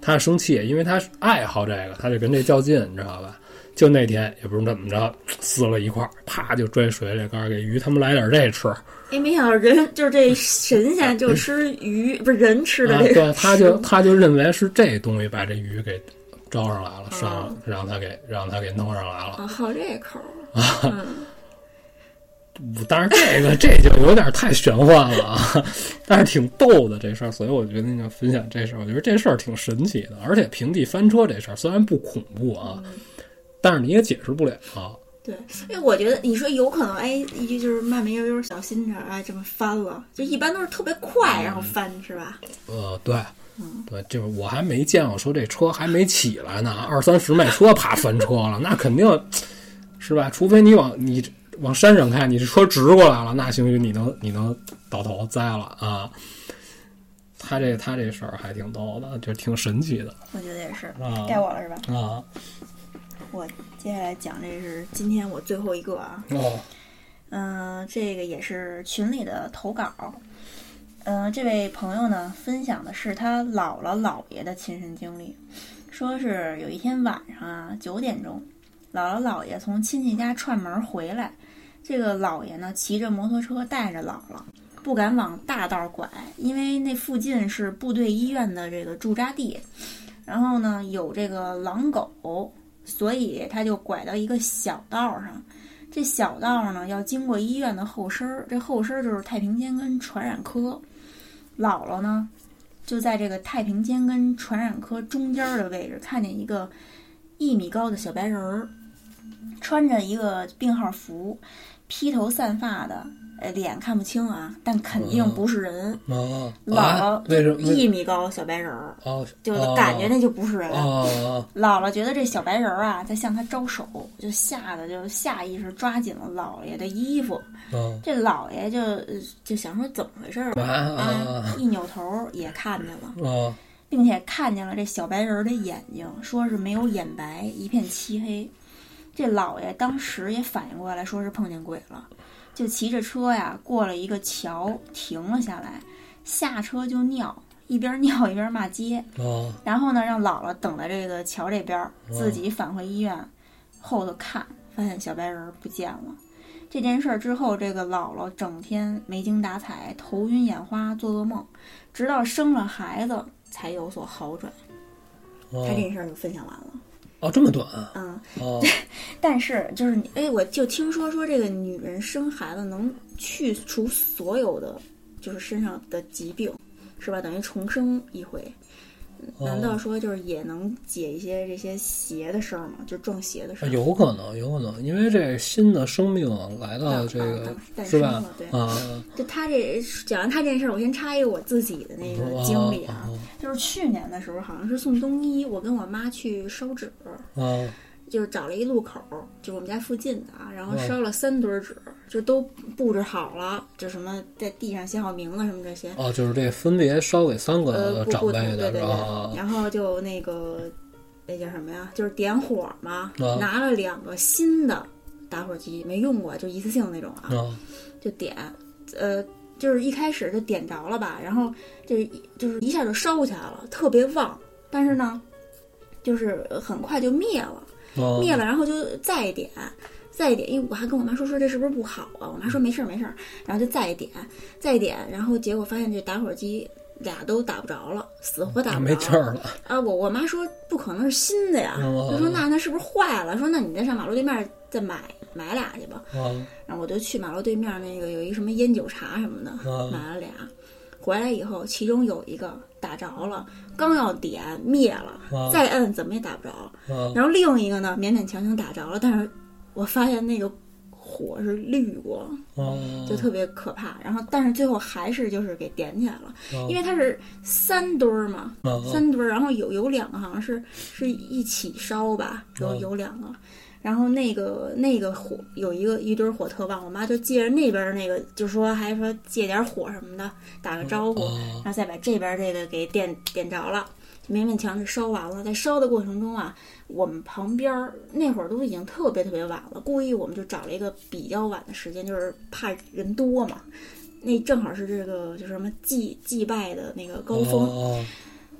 他生气，因为他爱好这个，他就跟这较劲，你知道吧？就那天也不知道怎么着，撕了一块，啪就拽水里，告诉给鱼他们来点这吃。 哎，没想到人就是这神仙就吃鱼，不是人吃的这个、 对，他就认为是这东西把这鱼给招上来了，让他给弄上来了。 好这口啊。当然这就有点太玄幻了啊，但是挺逗的这事儿，所以我决定要分享这事儿。我觉得这事儿挺神奇的，而且平地翻车这事儿虽然不恐怖啊，但是你也解释不了。 对，因为我觉得你说有可能，哎，就是慢慢悠悠小心点，哎，这么翻了，就一般都是特别快，然后翻，是吧？ 对。对，就是我还没见过说这车还没起来呢，20-30迈车啪翻车了，那肯定是吧？除非你往山上开，你这车直过来了，那兴许你能倒头栽了啊。他这事儿还挺逗的，就挺神奇的。 我觉得也是，该我了是吧？ 啊， 我接下来讲这是今天我最后一个啊。这个也是群里的投稿。这位朋友呢分享的是他姥姥姥爷的亲身经历，说是有一天晚上啊9点钟，姥姥姥爷从亲戚家串门回来，这个姥爷呢骑着摩托车带着姥姥，不敢往大道拐，因为那附近是部队医院的这个驻扎地，然后呢有这个狼狗，所以他就拐到一个小道上。这小道呢要经过医院的后身，这后身就是太平间跟传染科。姥姥呢就在这个太平间跟传染科中间的位置，看见一个1米高的小白人儿，穿着一个病号服，披头散发的，脸看不清啊，但肯定不是人。姥姥为什么 1米高小白人儿，就感觉那就不是人。姥姥觉得这小白人儿啊在向他招手，就吓得就下意识抓紧了姥爷的衣服。这姥爷就想说怎么回事吧，一扭头也看见了，并且看见了这小白人的眼睛，说是没有眼白，一片漆黑。这姥爷当时也反应过来，说是碰见鬼了，就骑着车呀过了一个桥，停了下来，下车就尿，一边尿一边骂街。然后呢让姥姥等在这个桥这边，自己返回医院，后头看发现小白人不见了。这件事之后，这个姥姥整天没精打采，头晕眼花，做噩梦，直到生了孩子才有所好转。他这件事就分享完了。 这么短？ 但是就是我就听说这个女人生孩子能去除所有的就是身上的疾病，是吧？等于重生一回。难道说就是也能解一些这些邪的事儿吗？就撞邪的事儿？ 有可能，因为这新的生命来到这个是吧？ 对就他这讲完他这件事儿，我先插一个我自己的那个经历啊，就是去年的时候，好像是送冬衣，我跟我妈去烧纸，就是找了一路口，就我们家附近的啊，然后烧了3堆纸，就都布置好了，就什么在地上写好名字什么这些。 就是这分别烧给3个长辈的， 对，然后就那叫什么呀？就是点火嘛，拿了2个新的打火机，没用过，就一次性那种啊，就点，就是一开始就点着了吧，然后就是一下就烧起来了，特别旺，但是呢，就是很快就灭了。然后就再点，因为我还跟我妈说这是不是不好啊？我妈说没事，然后就再点，然后结果发现这打火机俩都打不着了，死活打不着， 没气儿了啊！我妈说不可能是新的呀，就说那是不是坏了？说那你再上马路对面再买俩去吧。然后我就去马路对面那个有一个什么烟酒茶什么的，买了俩。回来以后，其中有一个打着了，刚要点灭了，再摁怎么也打不着。然后另一个呢，勉勉强强打着了，但是我发现那个火是绿过，就特别可怕。然后但是最后还是就是给点起来了，因为它是3堆嘛，3堆，然后有2个好像是一起烧吧，有2个。然后那个火有一堆火特旺，我妈就借着那边那个，就说还说借点火什么的，打个招呼，然后再把这边这个给点着了，勉勉强强烧完了。在烧的过程中啊，我们旁边那会儿都已经特别特别晚了，故意我们就找了一个比较晚的时间，就是怕人多嘛。那正好是这个就是什么祭拜的那个高峰。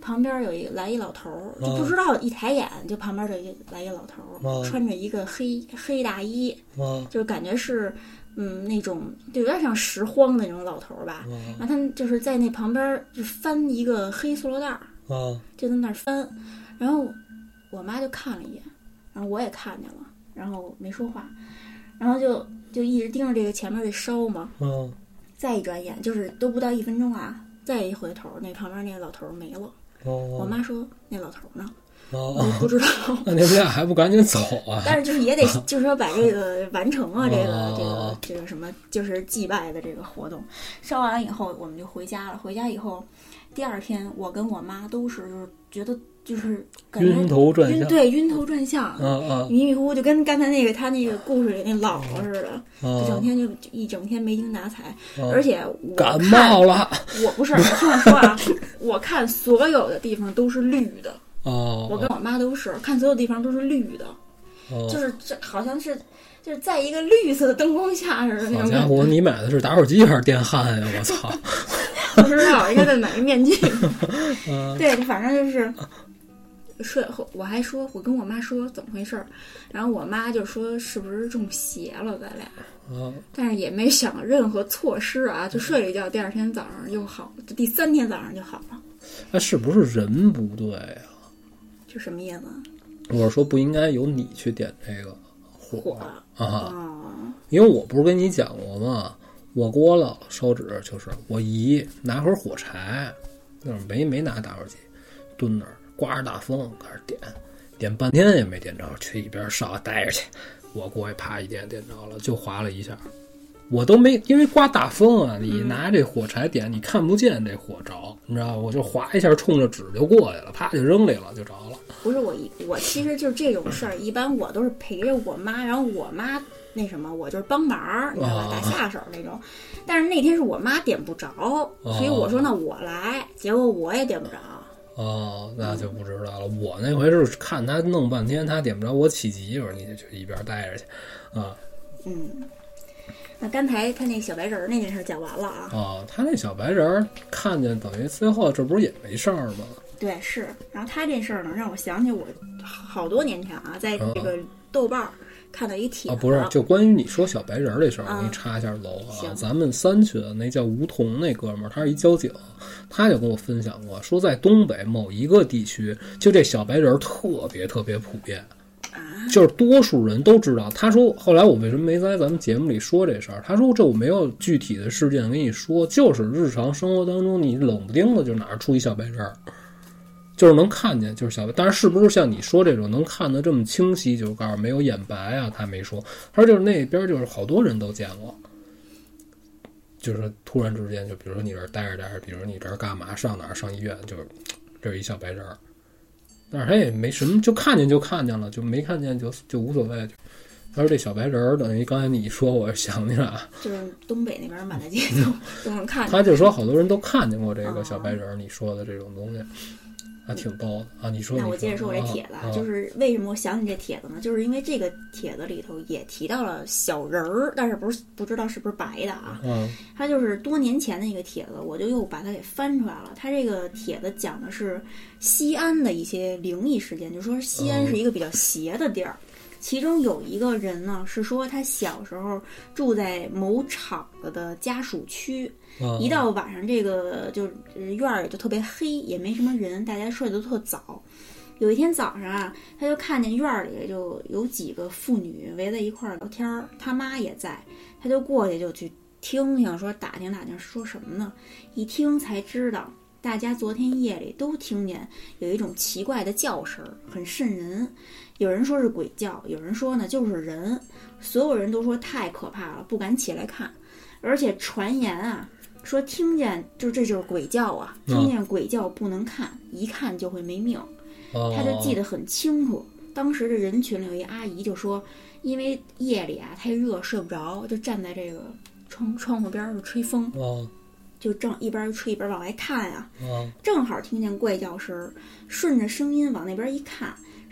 旁边来一老头儿，就不知道一抬眼就旁边来一老头儿，穿着一个黑大衣，就是感觉是那种就有点像拾荒的那种老头儿吧。然后他就是在那旁边就翻一个黑塑料袋儿，就在那儿翻。然后我妈就看了一眼，然后我也看见了，然后没说话，然后就一直盯着这个前面这烧嘛。再一转眼就是都不到1分钟啊，再一回头，那旁边那个老头没了。我妈说那老头呢？我不知道。 那你们俩还不赶紧走啊？ 但是就是也得就是说把这个完成啊，这个什么就是祭拜的这个活动。烧完以后我们就回家了。回家以后，第二天我跟我妈都是就是觉得就是感觉晕头转向， 对，晕头转向，迷迷糊糊，就跟刚才那个他那个故事里那姥姥似的，就整天就一整天没精打采，而且我感冒了。 我不是，你听我说啊，我看所有的地方都是绿的。我跟我妈都是看所有地方都是绿的，就是这好像是就是在一个绿色的灯光下似的那种。好家伙，你买的是打火机还是电焊呀？我操！ 不知道，应该再买一面具。对，反正就是说，我还说，我跟我妈说怎么回事儿，然后我妈就说是不是中邪了咱俩。但是也没想任何措施啊，就睡了一觉，第二天早上又好，第3天早上就好了。 那是不是人不对呀？ 就什么意思？ 我是说不应该由你去点这个火因为我不是跟你讲过吗？我给我姥姥烧纸，就是我姨拿会火柴，那种没拿打火机，蹲那儿刮着大风开始点半天也没点着，去一边烧待着去。我过去啪一点着了，就划了一下。我都没，因为刮大风啊，你拿这火柴点，你看不见这火着，你知道吗？我就划一下，冲着纸就过去了，啪就扔里了，就着了。 不是我其实就是这种事儿，一般我都是陪着我妈，然后我妈那什么，我就是帮忙，你知道吧，打下手那种。但是那天是我妈点不着，所以我说那我来，结果我也点不着。 那就不知道了。我那回是看他弄半天，他点不着，我起急，一会儿你就去一边待着去啊。 那刚才他那小白人那件事讲完了啊。 他那小白人看见，等于最后这不是也没事儿吗？ 对，是。然后他这事儿呢，让我想起我好多年前啊，在这个豆瓣看到一帖子。 不是，就关于你说小白人这事儿，我给你插一下楼咱们3群那叫吴桐那哥们儿，他是一交警，他就跟我分享过，说在东北某一个地区，就这小白人特别特别普遍。就是多数人都知道。他说后来我为什么没在咱们节目里说这事儿，他说这我没有具体的事件跟你说，就是日常生活当中你冷不丁的就哪儿出一小白人，就是能看见，就是小白。但是是不是像你说这种能看得这么清晰，就是告诉没有眼白啊，他没说。他说就是那边就是好多人都见过，就是突然之间就比如说你这儿待着，比如你这儿干嘛，上哪儿上医院，就是这是一小白人。但是他也没什么，就看见就看见了，就没看见就无所谓。他说这小白人等于刚才你一说，我想起来了， 就是东北那边满大街都能看见。 他就说好多人都看见过这个小白人，你说的这种东西，还挺逗的啊。你说， 那我接着说我这帖子，就是为什么我想起这帖子呢？就是因为这个帖子里头也提到了小人儿，但是不知道是不是白的啊。他就是多年前的一个帖子，我就又把它给翻出来了。他这个帖子讲的是西安的一些灵异事件，就说西安是一个比较邪的地儿。其中有一个人呢，是说他小时候住在某厂子的家属区，一到晚上这个就院儿里就特别黑，也没什么人，大家睡得都特早。有一天早上啊，他就看见院儿里就有几个妇女围在一块儿聊天，他妈也在，他就过去就去听听，说打听打听说什么呢？一听才知道，大家昨天夜里都听见有一种奇怪的叫声，很瘆人。有人说是鬼叫，有人说呢就是人，所有人都说太可怕了，不敢起来看。而且传言啊，说听见这就是鬼叫啊，听见鬼叫不能看，一看就会没命。他就记得很清楚，当时这人群里有一阿姨就说，因为夜里啊太热睡不着，就站在这个窗户边就吹风，就正一边吹一边往外看啊，正好听见怪叫声，顺着声音往那边一看，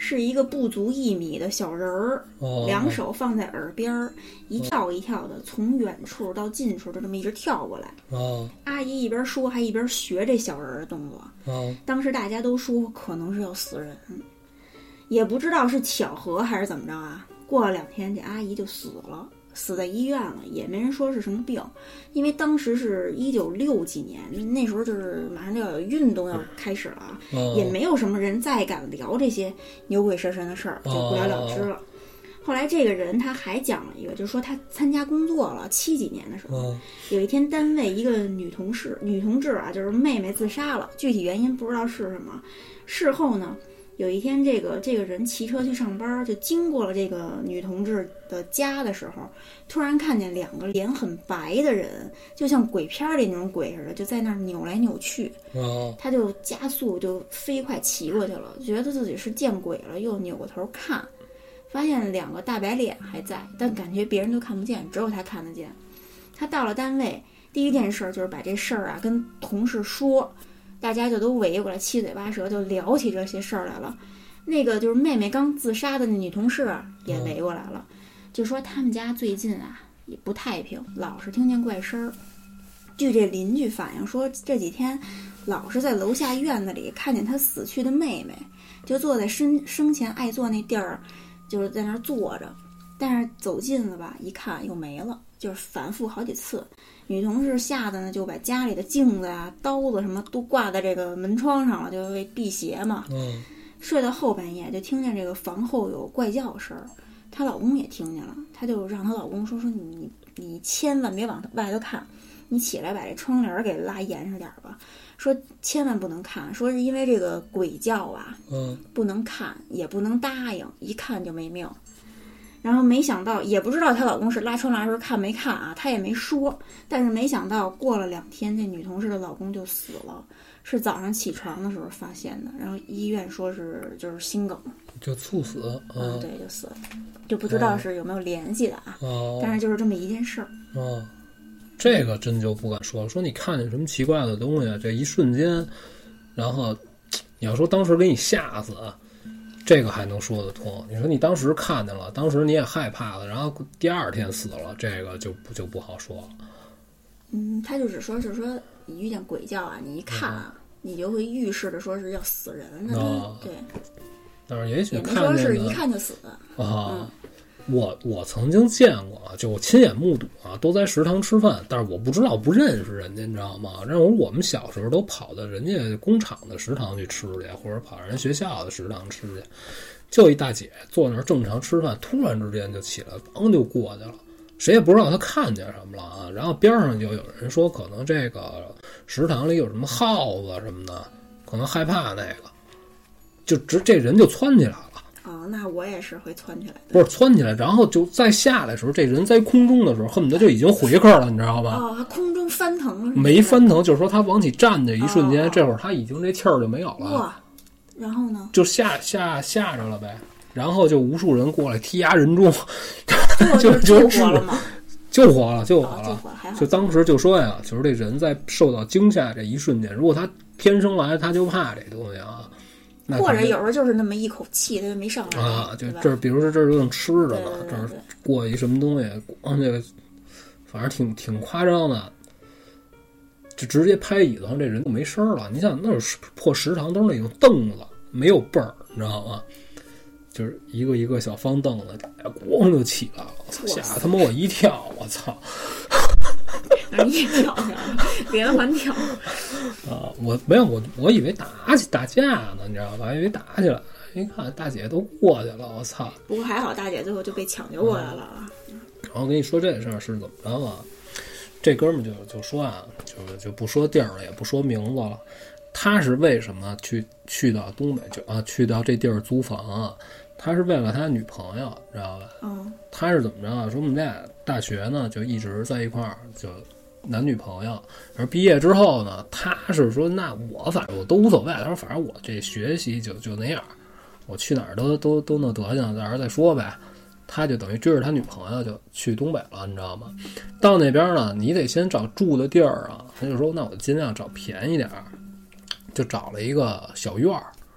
是一个不足1米的小人儿，两手放在耳边儿，一跳一跳的从远处到近处就这么一直跳过来。阿姨一边说还一边学这小人儿的动作。当时大家都说可能是要死人，也不知道是巧合还是怎么着啊。过了2天，这阿姨就死了，死在医院了，也没人说是什么病，因为当时是1960几年，那时候就是马上就要有运动要开始了啊，也没有什么人再敢聊这些牛鬼蛇神的事儿，就不了了之了。后来这个人他还讲了一个，就是说他参加工作了70几年的时候，有一天单位一个女同志啊，就是妹妹自杀了，具体原因不知道是什么。事后呢，有一天这个人骑车去上班，就经过了这个女同志的家的时候，突然看见2个脸很白的人，就像鬼片里那种鬼似的，就在那儿扭来扭去。他就加速就飞快骑过去了，觉得自己是见鬼了，又扭过头看，发现2个大白脸还在，但感觉别人都看不见，只有他看得见。他到了单位，第一件事就是把这事儿啊跟同事说，大家就都围过来，七嘴八舌就聊起这些事儿来了。那个就是妹妹刚自杀的那女同事也围过来了，就说他们家最近啊也不太平，老是听见怪声儿。据这邻居反映说，这几天老是在楼下院子里看见他死去的妹妹，就坐在生前爱坐那地儿，就是在那儿坐着，但是走近了吧，一看又没了，就是反复好几次。女同事吓得呢，就把家里的镜子啊、刀子什么都挂在这个门窗上了，就为辟邪嘛。睡到后半夜就听见这个房后有怪叫声，她老公也听见了，她就让她老公说你千万别往外头看，你起来把这窗帘给拉严实点吧，说千万不能看，说是因为这个鬼叫啊，不能看也不能答应，一看就没命。然后没想到，也不知道她老公是拉窗帘的时候看没看啊，她也没说。但是没想到过了2天，这女同事的老公就死了，是早上起床的时候发现的。然后医院说是就是心梗， 就猝死。 对，就死了，就不知道是有没有联系的啊。但是就是这么一件事儿。 这个真就不敢说你看见什么奇怪的东西，这一瞬间，然后你要说当时给你吓死，这个还能说得通。你说你当时看见了，当时你也害怕了，然后第2天死了，这个就不好说了。 他就只说是说你遇见鬼叫啊，你一看啊，你就会预示着说是要死人的。对。 但是也许看见说是一看就死的。我曾经见过，就我亲眼目睹啊，都在食堂吃饭，但是我不知道不认识人家，你知道吗？然后我们小时候都跑到人家工厂的食堂去吃去，或者跑人学校的食堂吃去。就一大姐坐那儿正常吃饭，突然之间就起来，砰就过去了，谁也不知道她看见什么了啊。然后边上就有人说，可能这个食堂里有什么耗子什么的，可能害怕那个，就这人就窜起来了。 那我也是会窜起来的。 不是窜起来，然后就再下来的时候，这人在空中的时候，恨不得就已经回客了，你知道吧？ 他空中翻腾了。 没翻腾，就是说他往起站的一瞬间，这会儿他已经这气儿就没有了。 哇，然后呢？ 就吓着了呗。然后就无数人过来踢压人中， 就救活了吗？ 救活了。 就当时就说呀，就是这人在受到惊吓这一瞬间，如果他天生来他就怕这东西啊。 或者有时候就是那么一口气他就没上来啊，就这比如说这儿有正吃着呢，这儿过一什么东西，这个反正挺夸张的，就直接拍椅子上，这人就没声了。你想那是破食堂都是那种凳子，没有背儿，你知道吗？就是一个一个小方凳子，咣就起来了，吓他妈我一跳，我操！ 你也跳起来了，连环跳我没有，我以为打架呢，你知道吧？以为打起来，一看大姐都过去了，我操！ 不过还好，大姐最后就被抢救过来了。 然后我跟你说这事儿是怎么着啊？这哥们就说啊，就不说地儿了，也不说名字了。他是为什么去到东北去到这地儿租房啊？他是为了他女朋友，知道吧？他是怎么着啊？说我们俩大学呢就一直在一块儿，就男女朋友。而毕业之后呢，他是说那我反正我都无所谓。他说反正我这学习就那样，我去哪儿都那德行，到时候再说呗。他就等于追着他女朋友就去东北了，你知道吗？到那边呢，你得先找住的地儿啊。他就说那我尽量找便宜点儿，就找了一个小院儿。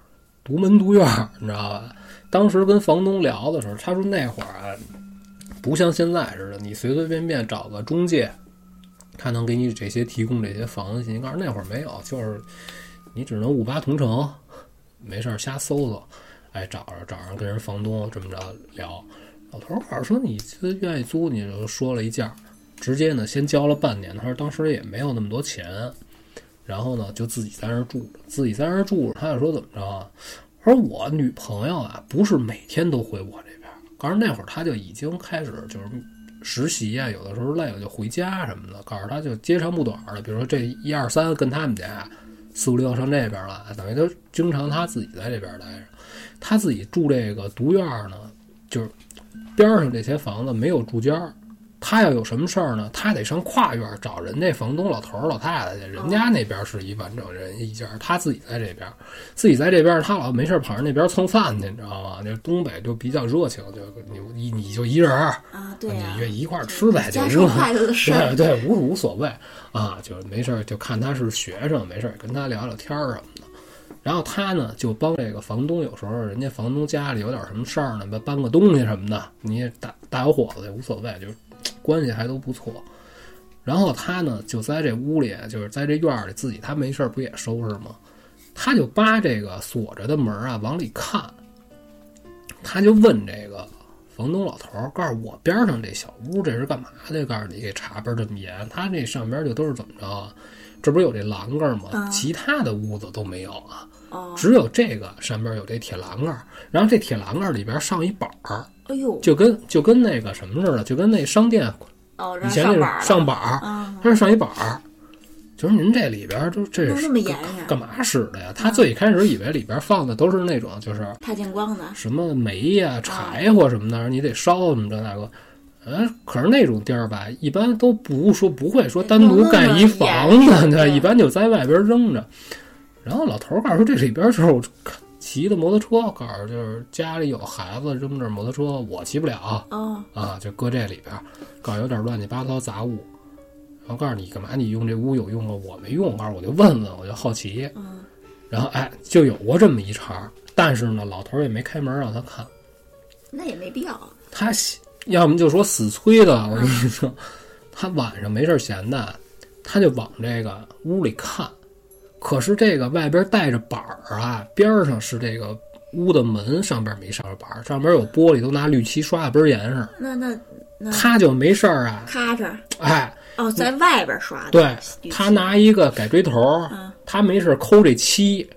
独门独院，你知道吧？当时跟房东聊的时候，他说那会儿啊，不像现在似的，你随随便便找个中介，他能给你这些提供这些房子信息。告诉那会儿没有，就是你只能五八同城，没事瞎搜搜，找着跟人房东这么着聊。老头告诉说你愿意租，你就说了一价，直接呢先交了半年。他说当时也没有那么多钱，然后呢就自己在那儿住，他就说怎么着啊？他说我女朋友啊不是每天都回我这边，告诉那会儿他就已经开始就是实习啊，有的时候累了就回家什么的，告诉他就接长不短的，比如说这1、2、3跟他们家4、5、6上这边了，等于他经常他自己在这边待着，他自己住这个独院呢，就是边上这些房子没有住家，他要有什么事儿呢，他得上跨院找人家房东老头老太太去，人家那边是一完整人一家，他自己在这边，他老没事跑人那边蹭饭去，你知道吗？那东北就比较热情，就你就一人啊，对啊，你一块吃呗，就对无所谓啊，就没事就看他是学生，没事跟他聊聊天什么的。然后他呢就帮这个房东，有时候人家房东家里有点什么事儿呢，搬个东西什么的，你也大小伙子也无所谓，就关系还都不错。然后他呢就在这屋里，就是在这院里自己，他没事不也收拾吗？他就扒这个锁着的门啊往里看，他就问这个房东老头，告诉我边上这小屋这是干嘛的？告诉你给查边这么严，他这上边就都是怎么着啊？这不是有这栏杆吗？其他的屋子都没有啊，只有这个上边有这铁栏杆，然后这铁栏杆里边上一板儿，哎呦，就跟那个什么似的，就跟那商店以前那上板儿，它是上一板儿。就是您这里边都这是干嘛使的呀？他最开始以为里边放的都是那种就是怕见光的， 什么煤呀、柴火什么的，你得烧什么这那个。可是那种地儿吧，一般都不会说单独盖一房子，对，一般就在外边扔着。然后老头告诉说，这里边就是我骑的摩托车，告诉就是家里有孩子扔这摩托车，我骑不了就搁这里边，告诉有点乱七八糟杂物。然后告诉你干嘛？你用这屋有用了，我没用。告诉我就问问，我就好奇。然后就有过这么一茬，但是呢，老头也没开门让他看。 那也没必要。 他要么就说死催的，我跟你说，他晚上没事闲的，他就往这个屋里看。可是这个外边带着板儿啊，边上是这个屋的门，上边没上着板儿，上边有玻璃，都拿绿漆刷的倍儿严实。 那他就没事儿啊， 咔着。在外边刷的。 对，他拿一个改锥头，他没事抠这漆，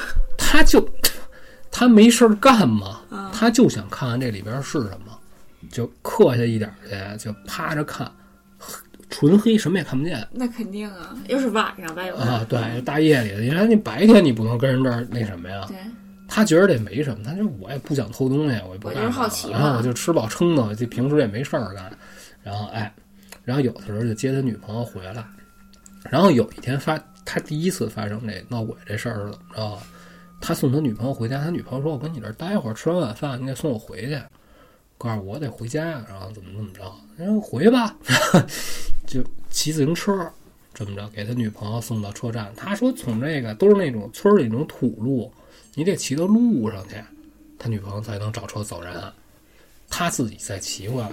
他没事干嘛，他就想看看这里边是什么，就刻下一点去，就趴着看，纯黑，什么也看不见。 那肯定啊，又是晚上吧？ 对，大夜里的，你看你白天你不能跟人这儿那什么呀？ 对。 他觉得这没什么，他说我也不想偷东西，我也不干， 我就是好奇， 然后我就吃饱撑的，就平时也没事儿干，然后有的时候就接他女朋友回来，然后有一天他第一次发生这闹鬼这事儿是怎么着？他送他女朋友回家，他女朋友说：“我跟你这儿待会儿，吃完晚饭你得送我回去。”告诉我得回家，然后怎么着？然后回吧，就骑自行车这么着给他女朋友送到车站。他说从这个都是那种村里那种土路，你得骑到路上去，他女朋友才能找车走人。他自己再骑回来。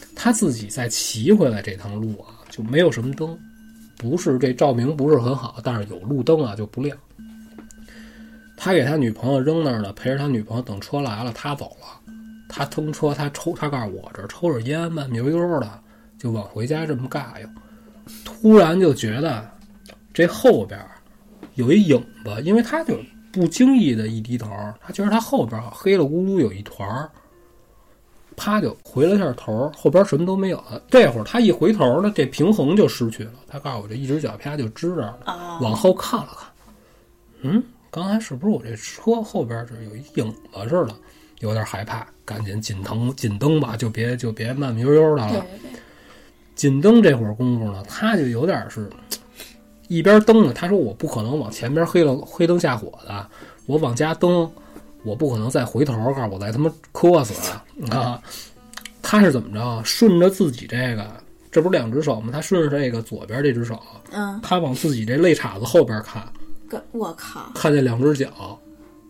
这趟路啊，就没有什么灯，不是这照明不是很好，但是有路灯啊就不亮。他给他女朋友扔那儿了，陪着他女朋友等车来了，他走了。他蹬车，他告诉我这抽着烟，慢悠悠的就往回家这么尬悠。突然就觉得这后边有一影子，因为他就不经意的一低头，他觉得他后边黑了咕噜有一团，啪就回了下头，后边什么都没有了。这会儿他一回头呢，这平衡就失去了。他告诉我这一只脚啪就支着了，往后看了看，刚才是不是我这车后边这有一影子似的，有点害怕，赶紧紧蹬吧，就别慢悠悠的了。对。紧蹬这会儿功夫呢，他就有点是一边蹬呢，他说我不可能往前边黑灯瞎火的，我往家蹬。我不可能再回头，告诉我再他妈磕死啊！他是怎么着？顺着自己这不是2只手吗？他顺着这个左边这只手，他往自己这肋叉子后边看。 我靠！ 看见2只脚，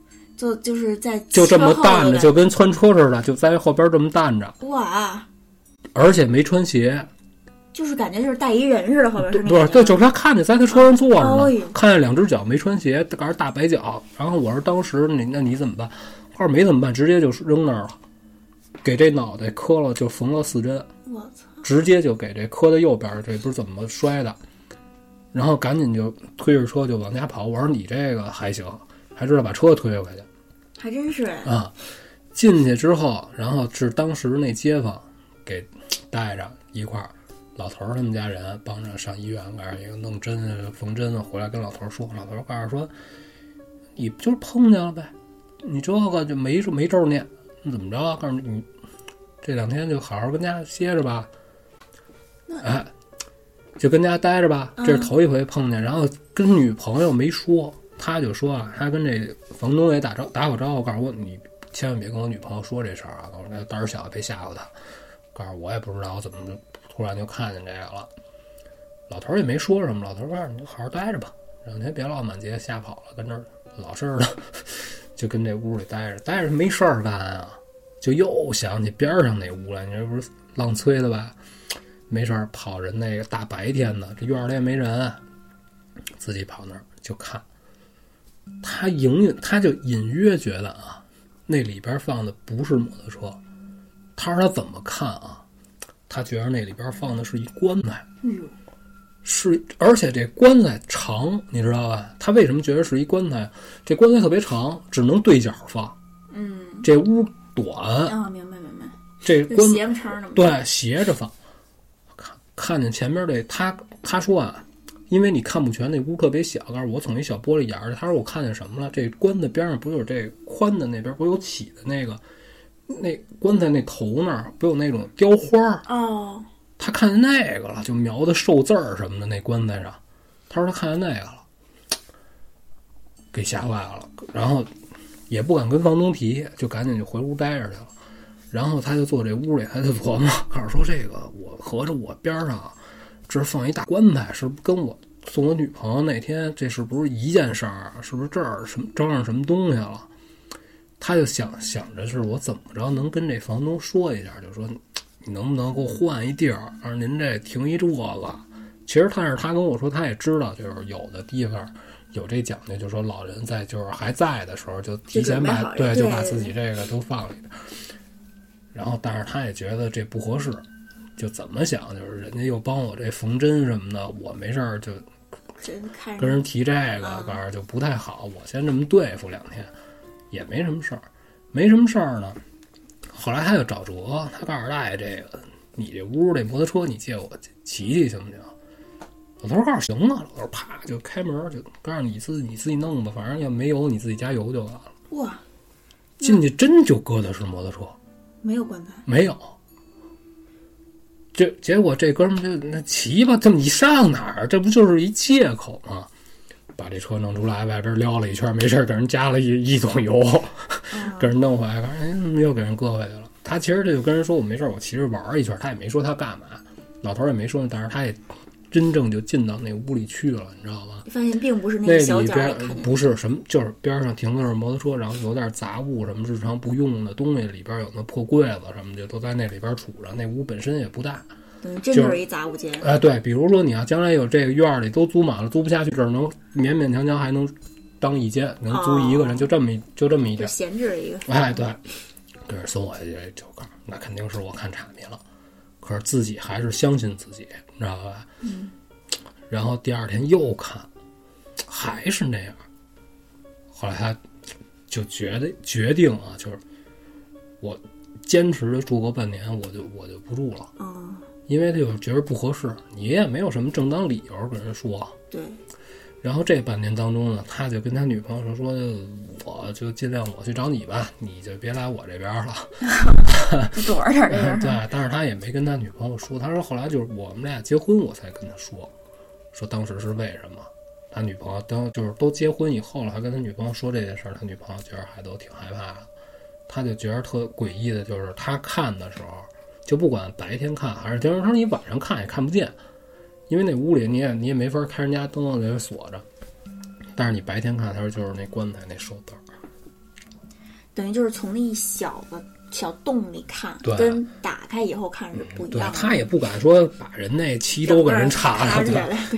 就是在就这么淡着，就跟窜车似的，就在后边这么淡着。 哇！ 而且没穿鞋， 就是感觉就是带一人似的，后边是那不是对，就是他看见在他车上坐着呢，看见2只脚没穿鞋，赶上大白脚。然后我说当时那你怎么办？他说没怎么办，直接就扔那儿了，给这脑袋磕了，就缝了4针。 我操！ 直接就给这磕在右边，这不是怎么摔的？然后赶紧就推着车就往家跑。我说你这个还行，还知道把车推回去， 还真是啊！进去之后，然后是当时那街坊给带着一块儿，老头他们家人帮着上医院，告诉一个弄针缝针回来跟老头说，老头告诉说你就是碰见了呗，你这个就没咒念，你怎么着？告诉你这2天就好好跟家歇着吧。哎，就跟家待着吧，这是头一回碰见。然后跟女朋友没说，他就说啊，他跟这房东也打过招呼，告诉我你千万别跟我女朋友说这事儿啊，告诉他胆儿小，别吓唬他。告诉我也不知道怎么突然就看见这个了。老头也没说什么，老头告诉你就好好待着吧，2天别老满街瞎跑了，跟这儿老实的，就跟这屋里待着没事儿干啊，就又想起边上那屋来，你这不是浪催的吧？没事跑人那个大白天的，这院里也没人，自己跑那儿就看。他就隐约觉得啊，那里边放的不是摩托车。他说他怎么看啊？他觉得那里边放的是一棺材，而且这棺材长，你知道吧？他为什么觉得是一棺材？这棺材特别长，只能对角放。这屋短。 啊，明白。 这棺斜不成的。 对，斜着放。看见前面这他说啊，因为你看不全，那屋特别小，告诉我从一小玻璃眼儿，他说我看见什么了？这棺材边上不有这宽的那边不有起的那棺材那头那儿不有那种雕花哦？ 他看见那个了，就描的寿字儿什么的那棺材上。他说他看见那个了，给吓坏了，然后也不敢跟房东提，就赶紧就回屋待着去了。然后他就坐这屋里，他就琢磨，告诉说这个我合着我边上这放一大棺材，是不是跟我送我女朋友那天这是不是一件事儿？是不是这儿什么装上什么东西了？他就想着是我怎么着能跟这房东说一下，就说你能不能给我换一地儿，让您这停一这个。其实但是他跟我说他也知道，就是有的地方有这讲究，就是说老人在就是还在的时候就提前把就把自己这个都放里边。然后但是他也觉得这不合适，就怎么想就是人家又帮我这缝针什么的，我没事儿就跟人提这个，告诉就不太好，我先这么对付2天也没什么事儿呢。后来他就找辙，他告诉大爷这个你这屋这摩托车你借我骑骑行不行？老头告诉行啊，老头啪就开门，就告诉你自己弄吧，反正要没油你自己加油就完了。 哇！ 进去真就搁的是摩托车， 没有棺材， 没有。结果这哥们就那骑吧，这么你上哪儿？这不就是一借口吗？把这车弄出来，外边撩了一圈，没事给人加了一桶油，给人弄回来，又给人搁回去了。他其实这就跟人说我没事，我骑着玩一圈，他也没说他干嘛，老头也没说，但是他也真正就进到那屋里去了，你知道吧？ 发现并不是那个小角里不是什么，就是边上停的是摩托车，然后有点杂物，什么日常不用的东西，里边有那破柜子什么的，都在那里边杵着。那屋本身也不大， 真就是一杂物间。 对，比如说你要将来有这个院里都租满了，租不下去，这儿能勉勉强强还能当一间，能租一个人，就这么一间， 闲置一个。 对，给人送回去这告，那肯定是我看岔劈了。可是自己还是相信自己，你知道吧？然后第2天又看，还是那样。后来他就决定啊，就是我坚持的住个半年，我就不住了。因为他就觉得不合适，你也没有什么正当理由跟人说。 对。 然后这半年当中呢，他就跟他女朋友说我就尽量我去找你吧，你就别来我这边了。 躲着点这边。 对，但是他也没跟他女朋友说。他说后来就是我们俩结婚，我才跟他说当时是为什么。他女朋友都结婚以后了，还跟他女朋友说这件事儿，他女朋友觉得还都挺害怕的。他就觉得特诡异的就是他看的时候，就不管白天看还是第二天，你晚上看也看不见。因为那屋里你也没法开人家灯给锁着，但是你白天看，他说就是那棺材那手灯， 等于就是从那一小洞里看，跟打开以后看是不一样的。 对，他也不敢说把人那7都给人插了， 对。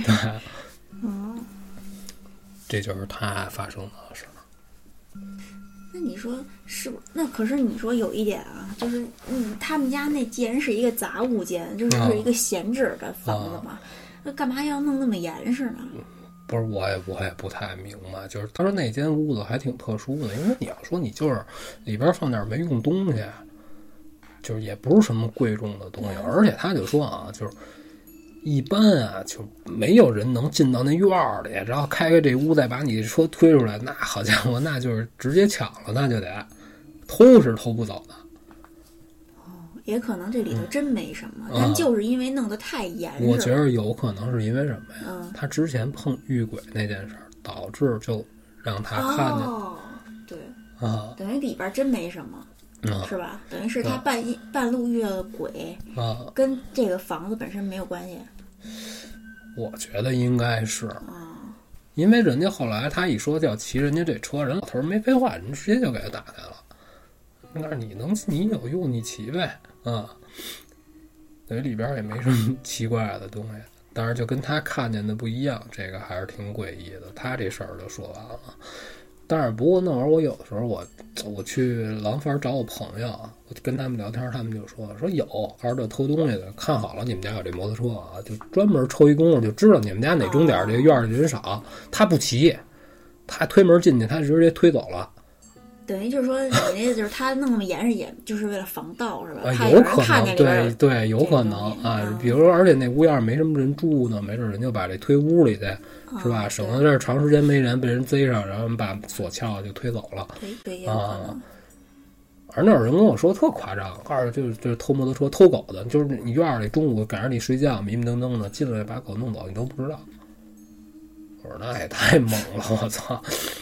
这就是他发生的事。 那你说是不？那可是你说有一点啊，就是他们家那既然是一个杂物间，就是一个闲置的房子嘛，那干嘛要弄那么严实呢？ 不是，我也不太明白。就是他说那间屋子还挺特殊的，因为你要说你就是里边放点没用东西，就是也不是什么贵重的东西，而且他就说啊，就是一般啊，就没有人能进到那院里，然后开这屋再把你车推出来，那好家伙，那就是直接抢了，那就得偷是偷不走的。 也可能这里头真没什么，但就是因为弄得太严实。 我觉得有可能是因为什么呀？他之前碰遇鬼那件事儿，导致就让他看见。 对等于里边真没什么，是吧？等于是他半路遇到的鬼，跟这个房子本身没有关系。 我觉得应该是因为人家后来他一说要骑人家这车，人老头没废话，人直接就给他打开了。那你有用你骑呗。等于里边也没什么奇怪的东西，当然就跟他看见的不一样，这个还是挺诡异的。他这事儿就说完了。但是不过那会儿我有的时候我去廊坊找我朋友，我跟他们聊天，他们就说有二这偷东西的，看好了你们家有这摩托车啊，就专门抽一公路，就知道你们家哪钟点这个院里人少，他不骑，他推门进去，他直接推走了。 等于就是说，你那就是他弄那么严实，也就是为了防盗，是吧？ 有可能，对，有可能啊。比如说，而且那屋要是没什么人住呢，没准人就把这推屋里去，是吧？省得这儿长时间没人，被人贼上，然后把锁撬就推走了。 对， 而那有人跟我说特夸张，告诉就是偷摩托车、偷狗的，就是你院里中午赶上你睡觉，迷迷瞪瞪的进来把狗弄走，你都不知道。我说那也太猛了，我操！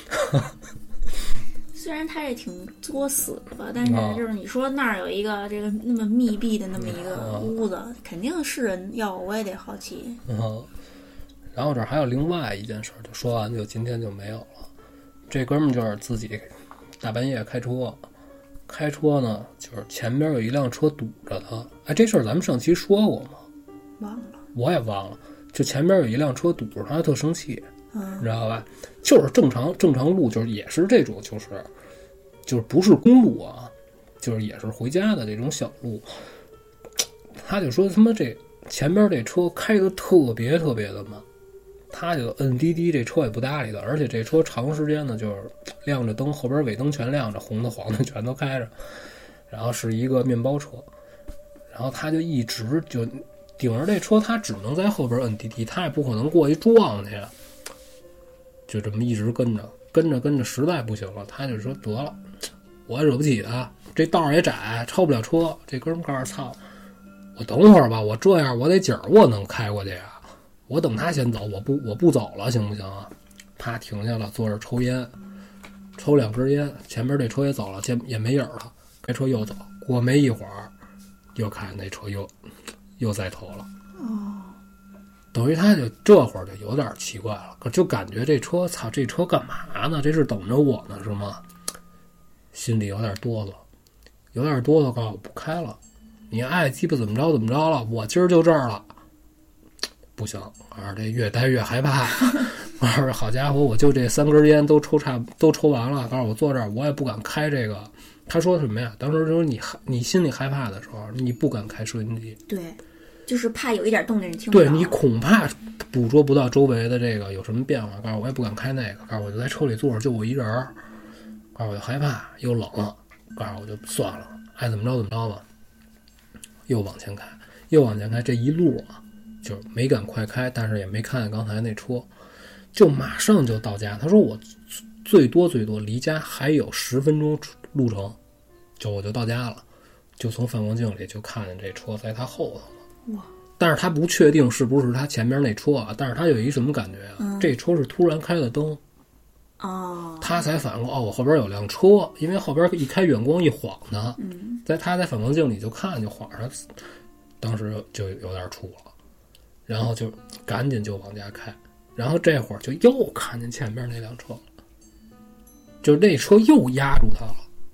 虽然他也挺作死的吧，但是就是你说那儿有一个这个那么密闭的那么一个屋子，肯定是人要，我也得好奇。 然后这还有另外一件事，就说完就今天就没有了。这哥们就是自己大半夜开车呢，就是前边有一辆车堵着他。哎，这事儿咱们上期说过吗？ 忘了， 我也忘了。就前边有一辆车堵着他，特生气。你知道吧？就是正常路，就是也是这种，就是不是公路啊，就是也是回家的这种小路。他就说他妈这前边这车开得特别特别的慢，他就摁滴滴，这车也不搭理他，而且这车长时间呢就是亮着灯，后边尾灯全亮着，红的黄的全都开着，然后是一个面包车，然后他就一直就顶着这车，他只能在后边摁滴滴，他也不可能过去撞去。就这么一直跟着，实在不行了，他就说得了，我惹不起他，这道也窄，超不了车。这哥们告诉操，我等会儿吧，我这样我得今儿我能开过去啊，我等他先走，我不走了，行不行啊？他停下了，坐着抽烟，抽2根烟，前面这车也走了，也没影了，开车又走，过没一会儿，又看那车又在头了。等于他就这会儿就有点奇怪了，就感觉这车干嘛呢？这是等着我呢是吗？心里有点哆嗦，告诉我不开了，你爱鸡巴怎么着了，我今儿就这儿了。不行，这越待越害怕。好家伙，我就这3根烟都抽完了，告诉我坐这儿，我也不敢开这个。他说什么呀？当时说你心里害怕的时候，你不敢开收音机。 对。就是怕有一点动静你听不到， 对，你恐怕捕捉不到周围的这个有什么变化。告诉我也不敢开那个，告诉我就在车里坐着，就我一人，告诉我就害怕又冷，告诉我就算了，爱怎么着吧。又往前开，这一路啊，就没敢快开，但是也没看见刚才那车，就马上就到家。他说我最多离家还有10分钟路程，我就到家了，就从反光镜里就看见这车在他后头了。 哇！ 但是他不确定是不是他前面那车啊，但是他有一什么感觉啊？这车是突然开了灯，他才反应过我后边有辆车，因为后边一开远光一晃呢，他在反光镜里就看就晃上，当时就有点怵了，然后就赶紧就往家开，然后这会儿就又看见前面那辆车了，就那车又压住他了。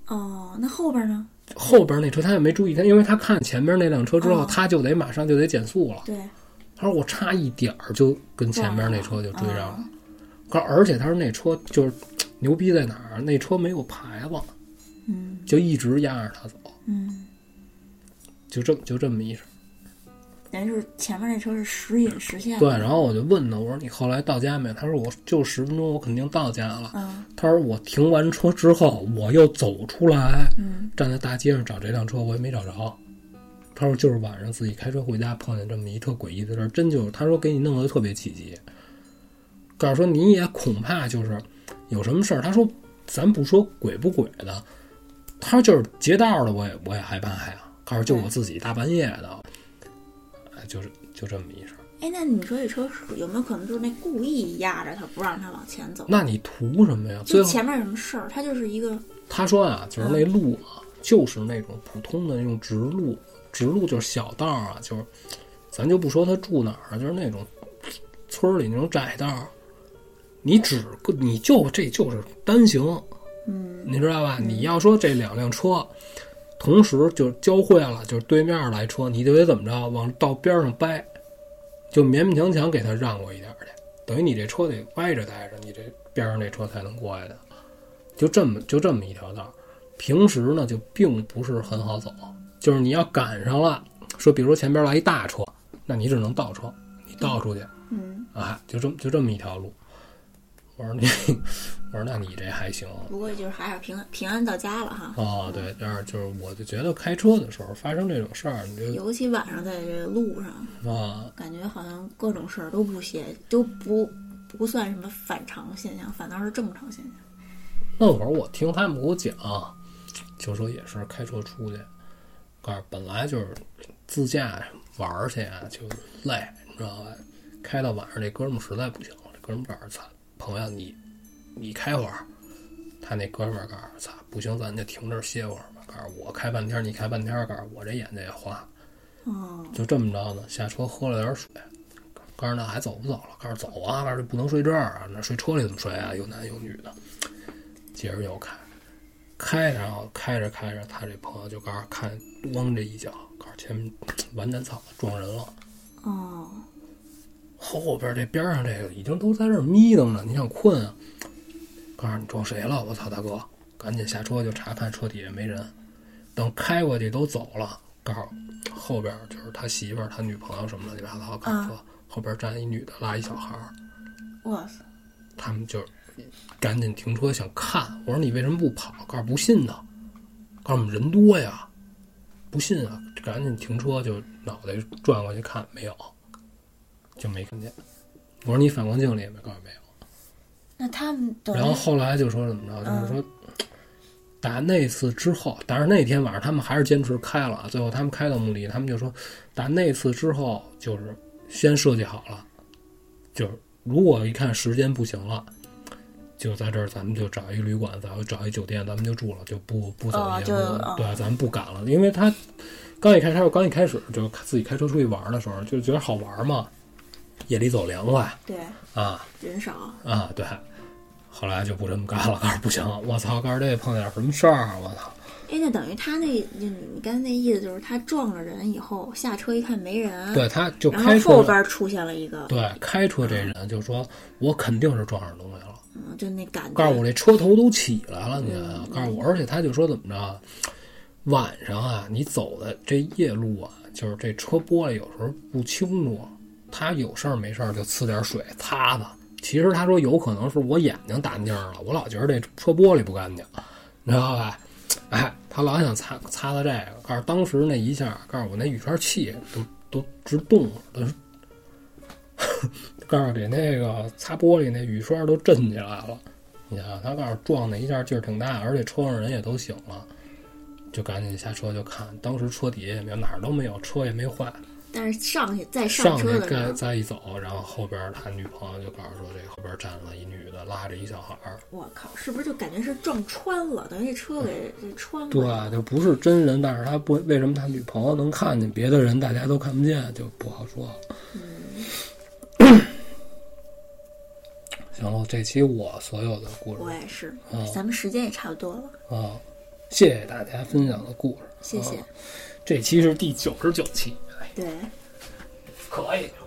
哦，那后边呢？ 后边那车他也没注意，他因为他看前面那辆车之后，他就得马上就得减速了。 对， 他说我差一点就跟前面那车就追上了。而且他说那车就是牛逼在哪儿？那车没有牌子，就一直压着他走，就这么一事。 等于就是前面那车是时隐时现。 对，然后我就问他，我说你后来到家没？他说我就10分钟，我肯定到家了。他说我停完车之后，我又走出来，站在大街上找这辆车，我也没找着。他说就是晚上自己开车回家碰见这么一特诡异的事儿，真就是他说给你弄得特别起急。告诉说你也恐怕就是有什么事儿，他说咱不说鬼不鬼的，他说就是劫道的我也害怕呀。告诉就我自己大半夜的。就这么一事儿。 哎，那你说这车有没有可能就是那故意压着他不让他往前走？ 那你图什么呀？ 就前面有什么事儿？他就是一个。 他说啊，就是那路啊，就是那种普通的那种直路，直路就是小道啊，就是咱就不说他住哪儿，就是那种村里那种窄道，你就这就是单行，你知道吧？你要说这两辆车。同时就交汇了，就是对面来车，你就得怎么着，往道边上掰，就勉勉强强给他让过一点去，等于你这车得歪着待着，你这边上这车才能过来的，就这么一条道。平时呢就并不是很好走，就是你要赶上了，说比如说前边来一大车，那你只能倒车，你倒出去，就这么一条路。我说那你这还行， 不过就是还是平安到家了哈。 哦，对，这样就是我就觉得开车的时候发生这种事儿， 尤其晚上在这个路上啊， 感觉好像各种事儿都不算什么反常现象，反倒是正常现象。 那会儿我听他们给我讲，就说也是开车出去，告诉本来就是自驾玩去啊，就累，你知道吧？开到晚上这哥们实在不行了，这哥们告诉操朋友你开会儿，他那哥们儿告诉操不行，咱就停这儿歇会儿吧。告诉我开半天，你开半天，告诉我这眼睛也花。就这么着呢，下车喝了点水，告诉那还走不走了？告诉走啊，告诉不能睡这儿啊，那睡车里怎么睡啊？有男有女的。接着又开，然后开着，他这朋友就告诉看咣这一脚，告诉前面完蛋操撞人了。后边这边上这个已经都在这儿眯瞪着，你想困啊？告诉你撞谁了？我操大哥，赶紧下车就查看车底下没人。等开过去都走了，告诉后边就是他媳妇儿、他女朋友什么乱七八糟，告诉说后边站一女的拉一小孩。 哇塞！ 他们就赶紧停车想看。我说你为什么不跑？告诉不信呢。告诉我们人多呀，不信啊，赶紧停车就脑袋转过去看，没有。就没看见。我说你反光镜里也没，告诉没有。 那他们然后后来就说怎么着，就是说打那次之后，当然那天晚上他们还是坚持开了，最后他们开到目的，他们就说打那次之后就是先设计好了，就是如果一看时间不行了，就在这儿咱们就找一旅馆，咱们找一酒店，咱们就住了，就不走夜路，对，咱们不赶了，因为他刚一开始就自己开车出去玩的时候，就觉得好玩嘛。夜里走凉快， 对啊， 人少啊，对。后来就不这么干了，告诉不行，我操，告诉这碰见什么事儿，我操。 哎，那等于他那，就你刚才那意思就是他撞了人以后下车一看没人， 对，他就开车， 然后后边出现了一个， 对，开车这人就说我肯定是撞上东西了， 就那感觉， 告诉我这车头都起来了，你看，告诉我，而且他就说怎么着，晚上啊，你走的这夜路啊，就是这车玻璃有时候不清楚。他有事儿没事儿就呲点水擦的，其实他说有可能是我眼睛打腻儿了，我老觉得这车玻璃不干净，你知道吧？哎，他老想擦的这个，告诉当时那一下，告诉我那雨刷器都直动了，都告诉给那个擦玻璃那雨刷都震起来了。你看他告诉撞那一下劲儿挺大，而且车上人也都醒了，就赶紧下车就看，当时车底下也没有，哪儿都没有，车也没坏。 但是上去再上车的时候， 再一走，然后后边他女朋友就告诉说，这后边站了一女的，拉着一小孩儿。 我靠，是不是就感觉是撞穿了，等于这车给穿了？ 对，就不是真人，但是他不为什么他女朋友能看见，别的人大家都看不见，就不好说。行了，这期我所有的故事， 我也是，咱们时间也差不多了啊。 谢谢大家分享的故事， 谢谢。 这期是第99期， 对， 可以。